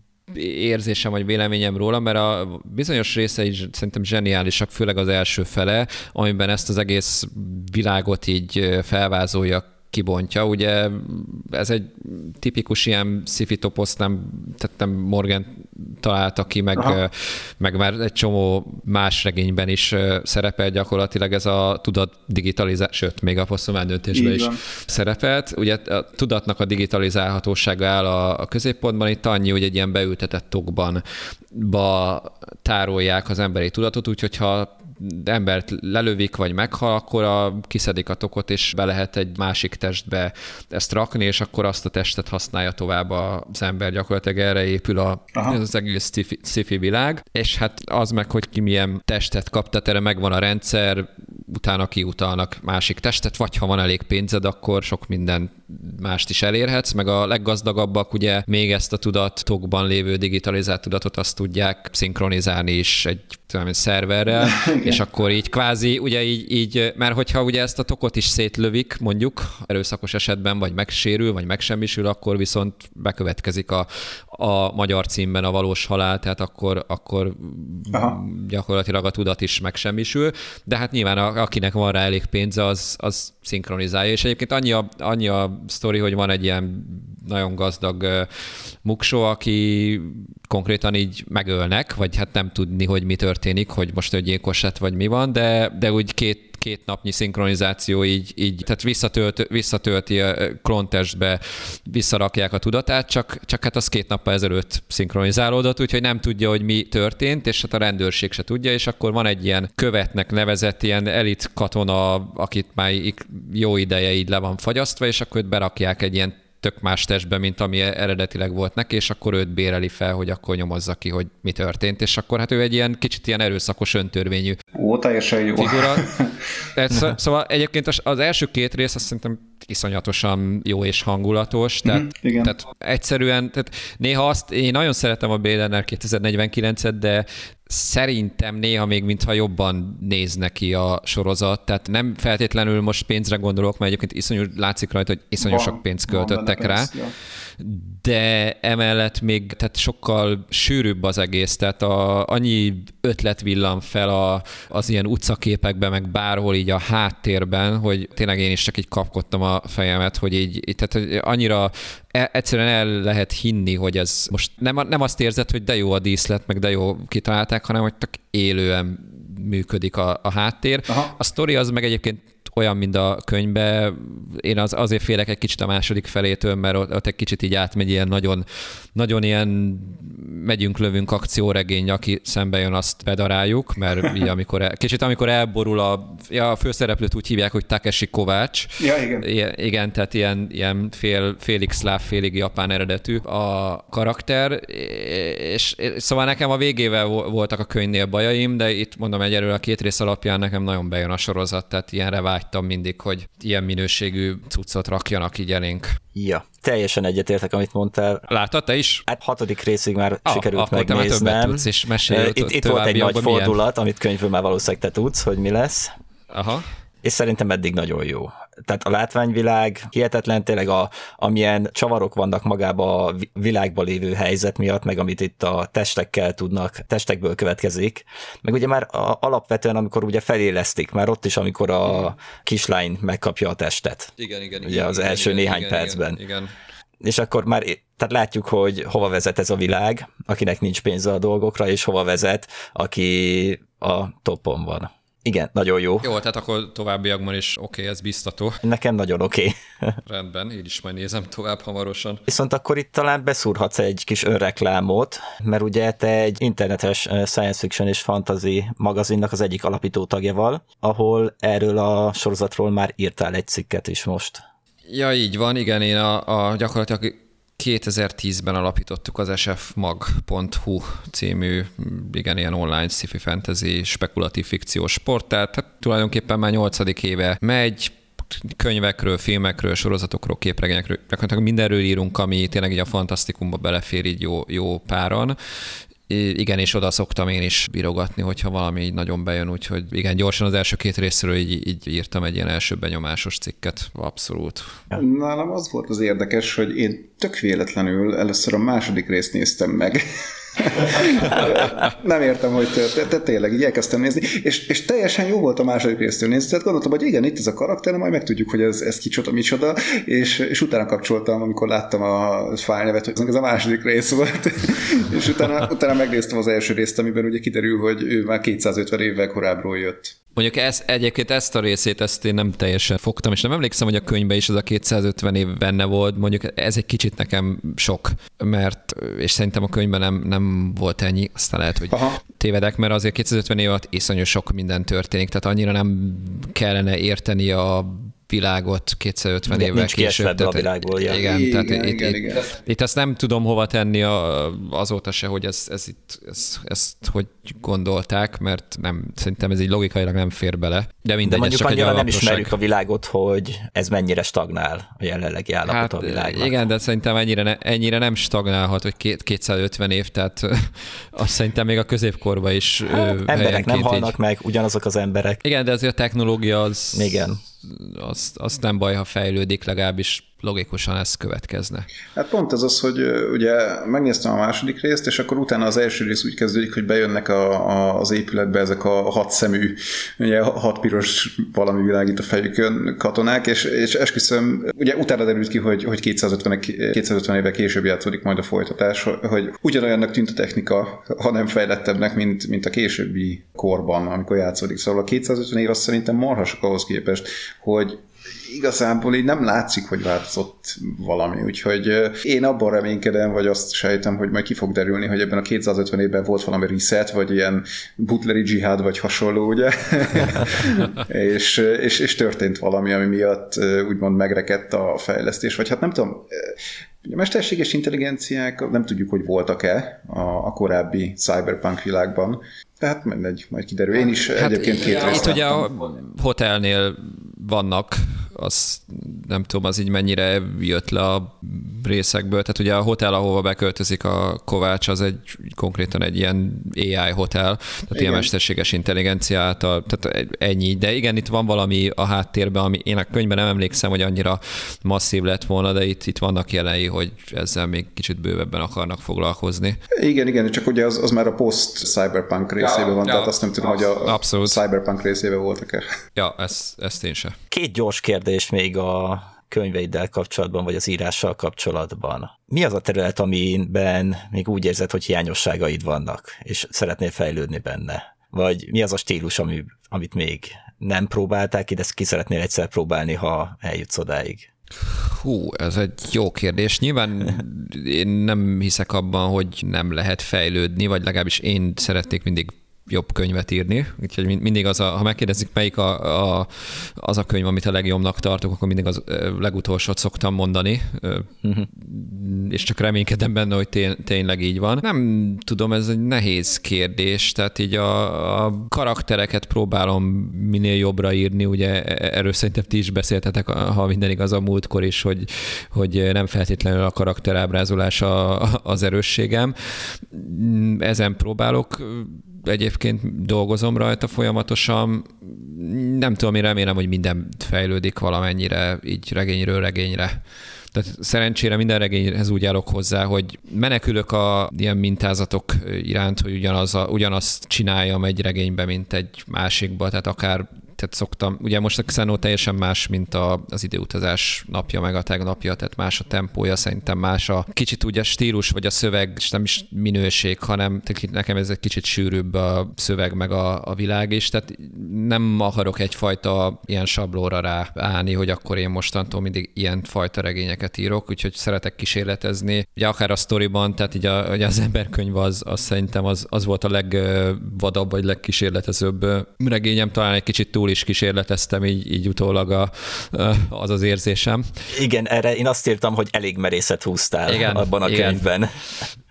érzésem vagy véleményem róla, mert a bizonyos részei szerintem zseniálisak, főleg az első fele, amiben ezt az egész világot így felvázolja, kibontja. Ugye ez egy tipikus ilyen sci-fi toposz, nem, tehát nem Morgan találta ki, meg, meg már egy csomó más regényben is szerepel gyakorlatilag ez a tudat digitalizáció, sőt, még a Posszomán döntésben is szerepelt. Ugye a tudatnak a digitalizálhatósága áll a, a középpontban, itt annyi, hogy egy ilyen beültetett tokban ba tárolják az emberi tudatot, úgyhogy ha embert lelövik, vagy meghal, akkor a, kiszedik a tokot, és be lehet egy másik testbe ezt rakni, és akkor azt a testet használja tovább az ember. Gyakorlatilag erre épül a, az egész sci-fi világ, és hát az meg, hogy ki milyen testet kap, tehát erre megvan a rendszer, utána kiutalnak másik testet, vagy ha van elég pénzed, akkor sok minden mást is elérhetsz, meg a leggazdagabbak ugye még ezt a tudattokban lévő digitalizált tudatot azt tudják szinkronizálni is egy tudom, szerverrel, és akkor így kvázi, ugye így, így, mert hogyha ugye ezt a tokot is szétlövik, mondjuk erőszakos esetben, vagy megsérül, vagy megsemmisül, akkor viszont bekövetkezik a, a magyar címben a valós halál, tehát akkor, akkor gyakorlatilag a tudat is megsemmisül, de hát nyilván a, akinek van rá elég pénze, az, az szinkronizálja, és egyébként annyi a, annyi a sztori, hogy van egy ilyen nagyon gazdag uh, muksó, aki konkrétan így megölnek, vagy hát nem tudni, hogy mi történik, hogy most egy gyilkos lett, vagy mi van, de, de úgy két két napnyi szinkronizáció így, így tehát visszatölt, visszatölti a klontestbe, visszarakják a tudatát, csak, csak hát az két nappal ezelőtt szinkronizálódott, úgyhogy nem tudja, hogy mi történt, és hát a rendőrség se tudja, és akkor van egy ilyen követnek nevezett ilyen elit katona, akit már jó ideje így le van fagyasztva, és akkor őt berakják egy ilyen tök más testbe, mint ami eredetileg volt neki, és akkor őt béreli fel, hogy akkor nyomozza ki, hogy mi történt, és akkor hát ő egy ilyen kicsit ilyen erőszakos öntörvényű Ó, teljesen jó. figura. Szóval egyébként az első két rész azt szerintem iszonyatosan jó és hangulatos, tehát, mm-hmm, tehát egyszerűen, tehát néha azt, én nagyon szeretem a Blade Runner kétezer-negyvenkilencet, de szerintem néha még mintha jobban néz neki a sorozat, tehát nem feltétlenül most pénzre gondolok, mert egyébként iszonyú, látszik rajta, hogy iszonyú van, sok pénzt költöttek rá, pénz, ja. De emellett még tehát sokkal sűrűbb az egész, tehát a, annyi ötlet villan fel a, az ilyen utcaképekben, meg bárhol így a háttérben, hogy tényleg én is csak így kapkodtam a fejemet, hogy így, így tehát annyira e, egyszerűen el lehet hinni, hogy ez most nem, nem azt érzed, hogy de jó a díszlet, meg de jó kitalálták, hanem hogy csak élően működik a, a háttér. Aha. A sztori az meg egyébként olyan, mint a könyvbe. Én az, azért félek egy kicsit a második felétől, mert ott, ott egy kicsit így átmegy ilyen nagyon, nagyon ilyen megyünk, lövünk akcióregény, aki szembe jön, azt bedaráljuk, mert így amikor el, kicsit amikor elborul a, ja, a főszereplőt úgy hívják, hogy Takeshi Kovács. Ja, igen. I, igen, tehát ilyen, ilyen fél, félig szláv, félig japán eredetű a karakter, és, és szóval nekem a végével voltak a könyvnél bajaim, de itt mondom egyelőre a két rész alapján nekem nagyon bejön a sorozat, tehát ilyenre vágytam mindig, hogy ilyen minőségű cuccot rakjanak így elénk. Ja, teljesen egyetértek, amit mondtál. Láttad te is? Hát hatodik részig már ah, sikerült megnéznem. Tudsz, és mesélj, itt, itt volt egy nagy fordulat, milyen? Amit könyvből már valószínűleg te tudsz, hogy mi lesz. Aha. És szerintem eddig nagyon jó. Tehát a látványvilág hihetetlen, tényleg a, amilyen csavarok vannak magába a világban lévő helyzet miatt, meg amit itt a testekkel tudnak, testekből következik. Meg ugye már a, alapvetően, amikor ugye felélesztik, már ott is, amikor a kislány megkapja a testet. Igen, igen. Ugye igen, az igen, első igen, néhány igen, percben. Igen, igen. És akkor már tehát látjuk, hogy hova vezet ez a világ, akinek nincs pénze a dolgokra, és hova vezet, aki a toppon van. Igen, nagyon jó. Jó, tehát akkor továbbiakban is oké, okay, ez biztató. Nekem nagyon oké. Okay. Rendben, én is majd nézem tovább hamarosan. Viszont akkor itt talán beszúrhatsz egy kis önreklámot, mert ugye te egy internetes science fiction és fantasy magazinnak az egyik alapító tagja, ahol erről a sorozatról már írtál egy cikket is most. Ja, így van, igen, én a, a gyakorlatilag kétezer-tízben alapítottuk az es ef mag pont hu című, igen, ilyen online sci-fi fantasy spekulatív fikciós portál, tehát tulajdonképpen már nyolcadik éve megy, könyvekről, filmekről, sorozatokról, képregényekről, gyakorlatilag mindenről írunk, ami tényleg így a fantasztikumba belefér így jó, jó páran. Igen, és oda szoktam én is bírogatni, hogyha valami így nagyon bejön, úgyhogy igen, gyorsan az első két részről így, így írtam egy ilyen első benyomásos cikket, abszolút. Nálam az volt az érdekes, hogy én tök véletlenül először a második részt néztem meg. Nem értem, hogy te, te tényleg így elkezdtem nézni, és, és teljesen jó volt a második résztől nézni, tehát gondoltam, hogy igen, itt ez a karakter, majd megtudjuk, hogy ez, ez kicsoda, micsoda, és, és utána kapcsoltam, amikor láttam a fájlnevet, hogy ez a második rész volt, és utána, utána megnéztem az első részt, amiben ugye kiderül, hogy ő már kétszázötven évvel korábbról jött. Mondjuk ez, egyébként ezt a részét ezt én nem teljesen fogtam, és nem emlékszem, hogy a könyvben is az a kétszázötven év benne volt, mondjuk ez egy kicsit nekem sok, mert, és szerintem a könyvben nem, nem volt ennyi, aztán lehet, hogy Aha. tévedek, mert azért kétszázötven év alatt iszonyos sok minden történik, tehát annyira nem kellene érteni a világot kétszázötven évvel később. Tehát, a világból, ja. Igen, igen, tehát igen, itt, igen. Itt, itt ezt nem tudom hova tenni a, azóta se, hogy ez, ez itt, ez, ezt hogy gondolták, mert nem, szerintem ez így logikailag nem fér bele. De mindegy, de mondjuk csak annyira egy nem ismerjük a világot, hogy ez mennyire stagnál a jelenlegi állapot hát, a világban. Igen, de szerintem ennyire, ne, ennyire nem stagnálhat, hogy két, kétszázötven év, tehát azt szerintem még a középkorban is hát, emberek nem halnak így meg, ugyanazok az emberek. Igen, de azért a technológia az... Igen. Azt, azt nem baj, ha fejlődik, legalábbis logikusan ez következne. Hát pont ez az, hogy ugye megnéztem a második részt, és akkor utána az első rész úgy kezdődik, hogy bejönnek a, a, az épületbe ezek a hat szemű, ugye hat piros valami világít a fejükön katonák, és, és esküszöm, ugye utána derült ki, hogy, hogy kétszázötven évvel később játszódik majd a folytatás, hogy ugyanolyannak tűnt a technika, hanem fejlettebbnek, mint, mint a későbbi korban, amikor játszódik. Szóval a kétszázötven év azt szerintem marhasak ahhoz képest, hogy igazából így nem látszik, hogy változott valami, úgyhogy én abban reménykedem, vagy azt sejtem, hogy majd ki fog derülni, hogy ebben a kétszázötven évben volt valami reset, vagy ilyen butleri dzsihád, vagy hasonló, ugye? és, és, és történt valami, ami miatt úgymond megrekedt a fejlesztés, vagy hát nem tudom, a mesterséges intelligenciák nem tudjuk, hogy voltak-e a, a korábbi cyberpunk világban, tehát mindegy, majd kiderül. Én is hát egyébként két részt itt ugye a hotelnél vannak, azt nem tudom, az így mennyire jött le a részekből. Tehát ugye a hotel, ahova beköltözik a Kovács, az egy konkrétan egy ilyen á i hotel, tehát igen. Ilyen mesterséges intelligencia által, tehát ennyi. De igen, itt van valami a háttérben, ami én a könyvben nem emlékszem, hogy annyira masszív lett volna, de itt, itt vannak jelei, hogy ezzel még kicsit bővebben akarnak foglalkozni. Igen, igen, csak ugye az, az már a post-cyberpunk részében van, ja, tehát azt nem tudom, hogy a abszolút. Cyberpunk részében voltak-e. Ja, ezt, ezt én sem. Két gyors kérdés még a könyveiddel kapcsolatban, vagy az írással kapcsolatban. Mi az a terület, amiben még úgy érzed, hogy hiányosságaid vannak, és szeretnél fejlődni benne? Vagy mi az a stílus, ami, amit még nem próbálták ki, de ki szeretnél egyszer próbálni, ha eljutsz odáig? Hú, ez egy jó kérdés. Nyilván én nem hiszek abban, hogy nem lehet fejlődni, vagy legalábbis én szeretnék mindig jobb könyvet írni, úgyhogy mindig az a, ha megkérdezik, melyik a, a, az a könyv, amit a legjobbnak tartok, akkor mindig az legutolsót szoktam mondani, uh-huh. és csak reménykedem benne, hogy tény, tényleg így van. Nem tudom, ez egy nehéz kérdés, tehát így a, a karaktereket próbálom minél jobbra írni, ugye erről szerintem ti is beszéltetek, ha minden igaz a múltkor is, hogy, hogy nem feltétlenül a karakterábrázolás az erősségem. Ezen próbálok, egyébként dolgozom rajta folyamatosan. Nem tudom, én remélem, hogy minden fejlődik valamennyire így regényről regényre. Tehát szerencsére minden regényhez úgy állok hozzá, hogy menekülök a ilyen mintázatok iránt, hogy ugyanaz a, ugyanazt csináljam egy regénybe, mint egy másikba, tehát akár tehát szoktam, ugye most a Xeno teljesen más, mint a, az időutazás napja, meg a tegnapja, tehát más a tempója, szerintem más a kicsit ugye stílus, vagy a szöveg, és nem is minőség, hanem nekem ez egy kicsit sűrűbb a szöveg, meg a, a világ is, tehát nem akarok egyfajta ilyen sablóra ráállni, hogy akkor én mostantól mindig ilyen fajta regényeket írok, úgyhogy szeretek kísérletezni. Ugye akár a sztoriban, tehát így a, ugye az emberkönyv az, az szerintem az, az volt a legvadabb, vagy legkísérletezőbb regényem, talán egy kicsit túl is kísérleteztem, így, így utólag a, az az érzésem. Igen, erre én azt írtam, hogy elég merészet húztál igen, abban a igen. könyvben.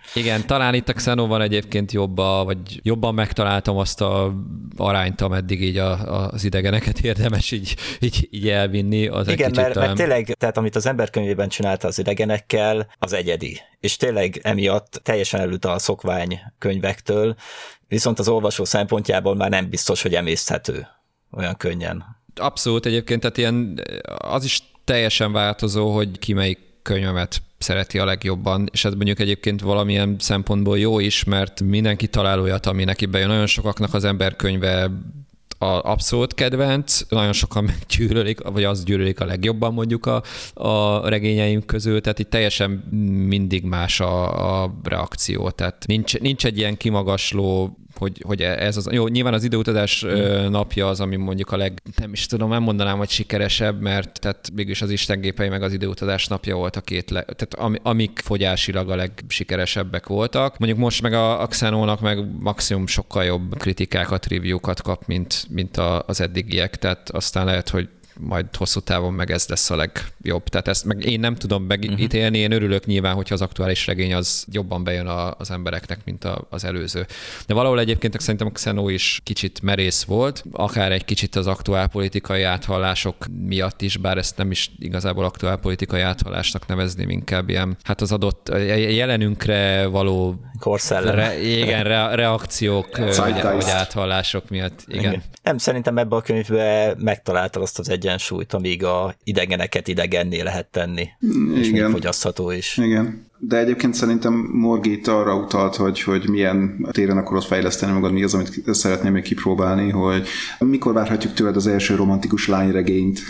Igen, talán itt a Xenóban egyébként jobban, vagy jobban megtaláltam azt a arányt, ameddig így a, az idegeneket érdemes így, így, így elvinni. Az igen, egy mert, talán... mert tényleg, tehát amit az emberkönyvében csinálta az idegenekkel, az egyedi. És tényleg emiatt teljesen elült a szokvány könyvektől, viszont az olvasó szempontjából már nem biztos, hogy emészthető olyan könnyen. Abszolút egyébként, tehát ilyen, az is teljesen változó, hogy ki melyik könyvemet szereti a legjobban, és ez mondjuk egyébként valamilyen szempontból jó is, mert mindenki talál olyat, ami neki bejön. Nagyon sokaknak az emberkönyve a abszolút kedvenc, nagyon sokan meggyűlölik, vagy az gyűlölik a legjobban mondjuk a, a regényeim közül, tehát itt teljesen mindig más a, a reakció, tehát nincs, nincs egy ilyen kimagasló, hogy, hogy ez az, jó, nyilván az időutazás mm. napja az, ami mondjuk a leg, nem is tudom, nem mondanám, hogy sikeresebb, mert tehát mégis az Istengépei meg az időutazás napja volt a két, le, tehát ami, amik fogyásilag a legsikeresebbek voltak. Mondjuk most meg a, a Xenónak meg maximum sokkal jobb kritikákat, review-kat kap, mint, mint a, az eddigiek, tehát aztán lehet, hogy majd hosszú távon meg ez lesz a legjobb. Tehát ezt meg én nem tudom megítélni, én örülök nyilván, hogyha az aktuális regény az jobban bejön a, az embereknek, mint a, az előző. De valahol egyébként szerintem a Xenó is kicsit merész volt, akár egy kicsit az aktuálpolitikai áthallások miatt is, bár ezt nem is igazából aktuálpolitikai áthallásnak nevezném, inkább ilyen, hát az adott jelenünkre való re, igen, re, reakciók vagy, vagy áthallások miatt. Igen. Igen. Nem, szerintem ebbe a könyvbe megtaláltad azt az egyensúlyt, amíg a idegeneket idegenné lehet tenni. És igen. még fogyasztható is. Igen. De egyébként szerintem Morgi itt arra utalt, hogy, hogy milyen téren akarod fejleszteni magad, mi az, amit szeretném még kipróbálni, hogy mikor várhatjuk tőled az első romantikus lányregényt?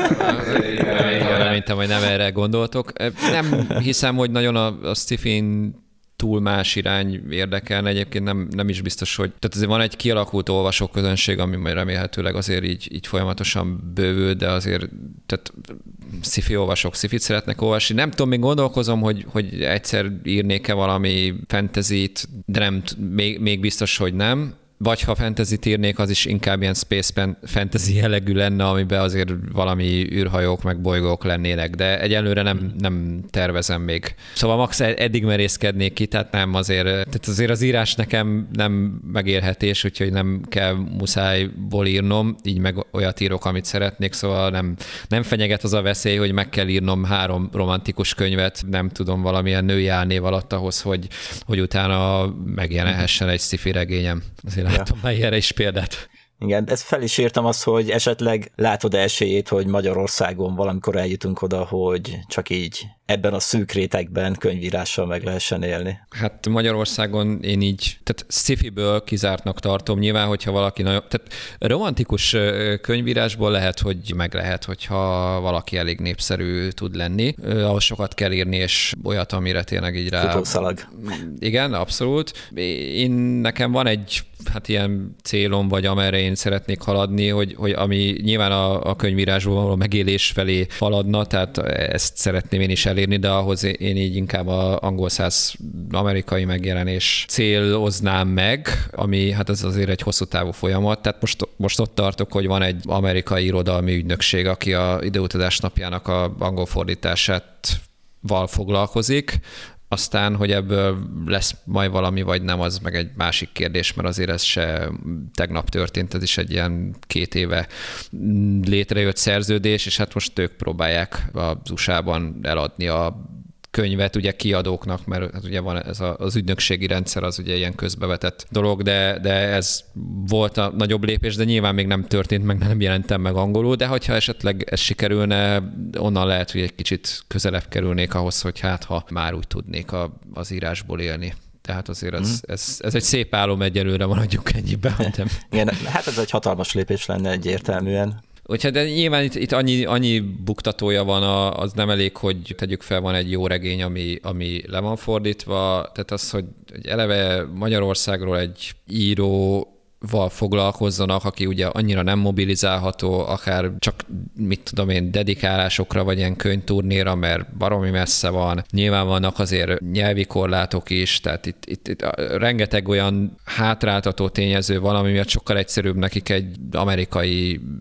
Reméltem, hogy nem erre gondoltok. Nem hiszem, hogy nagyon a, a sci-fin túl más irány érdekelne, egyébként nem, nem is biztos, hogy... Tehát azért van egy kialakult olvasóközönség, ami majd remélhetőleg azért így, így folyamatosan bővül, de azért tehát sci-fi olvasók sci-fit szeretnek olvasni. Nem tudom, még gondolkozom, hogy, hogy egyszer írnék-e valami fantasyt, de nem, még, még biztos, hogy nem. Vagy ha fantasy-t írnék, az is inkább ilyen space fantasy jellegű lenne, amiben azért valami űrhajók meg bolygók lennének, de egyelőre nem, nem tervezem még. Szóval max eddig merészkednék ki, tehát nem azért, tehát azért az írás nekem nem megélhetés, úgyhogy nem kell muszájból írnom, így meg olyat írok, amit szeretnék, szóval nem, nem fenyeget az a veszély, hogy meg kell írnom három romantikus könyvet, nem tudom, valamilyen női álnév alatt ahhoz, hogy, hogy utána megjelenhessen egy sci-fi regényem. Azért látom már ilyenre is példát. Igen, ezt fel is írtam azt, hogy esetleg látod esélyét, hogy Magyarországon valamikor eljutunk oda, hogy csak így ebben a szűk rétegben könyvírással meg lehessen élni. Hát Magyarországon én így, tehát sci-fiből kizártnak tartom. Nyilván, hogyha valaki nagyon, tehát romantikus könyvírásból lehet, hogy meg lehet, hogyha valaki elég népszerű tud lenni. Ahhoz sokat kell írni, és olyat, amire tényleg így rá... Futószalag. Igen, abszolút. Én, nekem van egy hát ilyen célom, vagy amerre én szeretnék haladni, hogy, hogy ami nyilván a, a könyvírásból való megélés felé haladna, tehát ezt szeretném én is elérni, de ahhoz én így inkább az angol száz amerikai megjelenés céloznám meg, ami hát ez azért egy hosszú távú folyamat. Tehát most, most ott tartok, hogy van egy amerikai irodalmi ügynökség, aki a Időutazás napjának a angol fordítását val foglalkozik. Aztán, hogy ebből lesz majd valami, vagy nem, az meg egy másik kérdés, mert azért ez se tegnap történt, ez is egy ilyen két éve létrejött szerződés, és hát most ők próbálják az u es á-ban eladni a könyvet ugye kiadóknak, mert hát ugye van ez a, az ügynökségi rendszer, az ugye ilyen közbevetett dolog, de, de ez volt a nagyobb lépés, de nyilván még nem történt meg, nem jelentem meg angolul, de hogyha esetleg ez sikerülne, onnan lehet, hogy egy kicsit közelebb kerülnék ahhoz, hogy hát ha már úgy tudnék a, az írásból élni. Tehát azért ez, mm. ez, ez egy szép álom egyelőre, maradjuk ennyiben. Nem. Igen, hát ez egy hatalmas lépés lenne egyértelműen. Úgyhogy de nyilván itt, itt annyi, annyi buktatója van, a, az nem elég, hogy tegyük fel, van egy jó regény, ami, ami le van fordítva, tehát az, hogy eleve Magyarországról egy író val foglalkozzanak, aki ugye annyira nem mobilizálható, akár csak, mit tudom én, dedikálásokra, vagy ilyen könyvturnéra, mert baromi messze van. Nyilván vannak azért nyelvi korlátok is, tehát itt, itt, itt rengeteg olyan hátráltató tényező van, ami miatt sokkal egyszerűbb nekik egy amerikai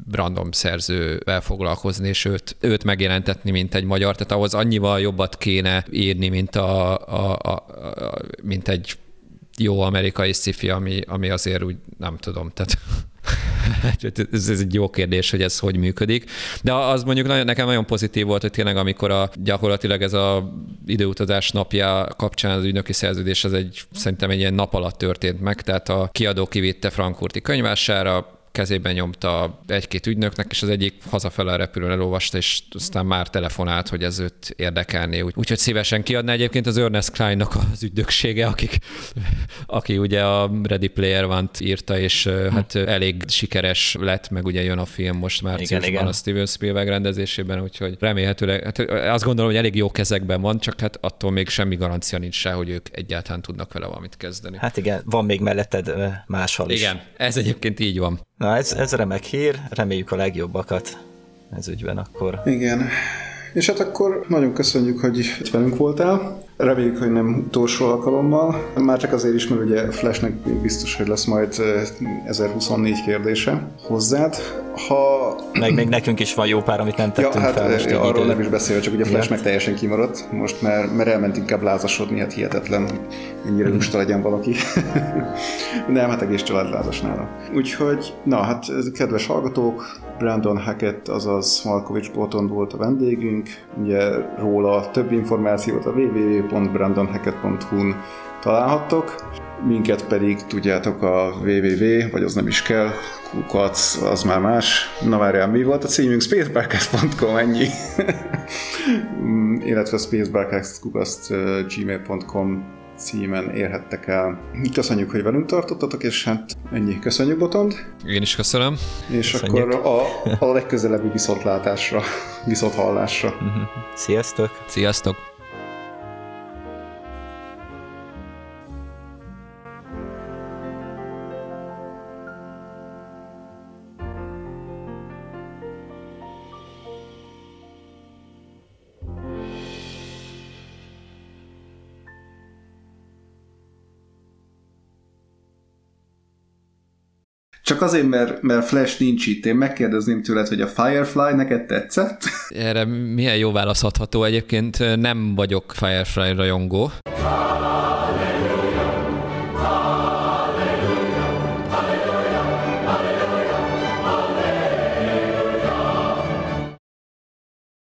random szerzővel foglalkozni, és őt, őt megjelentetni, mint egy magyar. Tehát ahhoz annyival jobbat kéne írni, mint, a, a, a, a, mint egy jó amerikai sci-fi, ami, ami azért úgy nem tudom, tehát ez, ez egy jó kérdés, hogy ez hogy működik. De az mondjuk nagyon, nekem nagyon pozitív volt, hogy tényleg amikor a, gyakorlatilag ez a időutazás napja kapcsán az ügynöki szerződés, ez egy, szerintem egy ilyen nap alatt történt meg, tehát a kiadó kivitte frankfurti könyvássára, kezében nyomta egy-két ügynöknek, és az egyik hazafele a repülőn elolvasta, és aztán már telefonált, hogy ez őt érdekelné. Úgyhogy szívesen kiadná. Egyébként az Ernest Kleinnak az ügynöksége, akik, aki ugye a Ready Player One-t írta, és hm. hát elég sikeres lett, meg ugye jön a film most márciusban a Steven Spielberg rendezésében, úgyhogy remélhetőleg, hát azt gondolom, hogy elég jó kezekben van, csak hát attól még semmi garancia nincs rá, hogy ők egyáltalán tudnak vele valamit kezdeni. Hát igen, van még melletted máshol is. Igen, ez egyébként így van. Na, ez, ez remek hír, reméljük a legjobbakat ez ügyben akkor. Igen. És hát akkor nagyon köszönjük, hogy itt velünk voltál. Reméljük, hogy nem utolsó alkalommal. Már csak azért is, mert ugye Flashnek biztos, hogy lesz majd ezerhuszonnégy kérdése hozzád. Ha... Meg még nekünk is van jó pár, amit nem tettünk ja, hát fel. Most arról idő. nem is beszél, csak ugye Flash ja. meg teljesen kimaradt most, mert, mert elment inkább lázasodni, hát hihetetlen, ennyire hmm. lusta legyen valaki. Nem, hát egész család lázas nála. Úgyhogy, na hát kedves hallgatók, Brandon Hackett, azaz Malkovich Bolton volt a vendégünk. Ugye róla több információt a double-u double-u double-u pont brandon hackett pont hu-n találhattok. Minket pedig tudjátok a www, vagy az nem is kell, kukac, az már más. Na várjál, mi volt a címünk? spacebarcast pont com, ennyi. Illetve spacebarcast kukac gmail pont com címen érhettek el. Köszönjük, hogy velünk tartottatok, és hát ennyi. Köszönjük, Botond. Én is köszönöm. És köszönjük. Akkor a, a legközelebbi viszontlátásra, viszonthallásra. Uh-huh. Sziasztok! Sziasztok! Csak azért, mert, mert Flash nincs itt, én megkérdezném tőled, hogy a Firefly neked tetszett? Erre milyen jó választható, egyébként nem vagyok Firefly rajongó.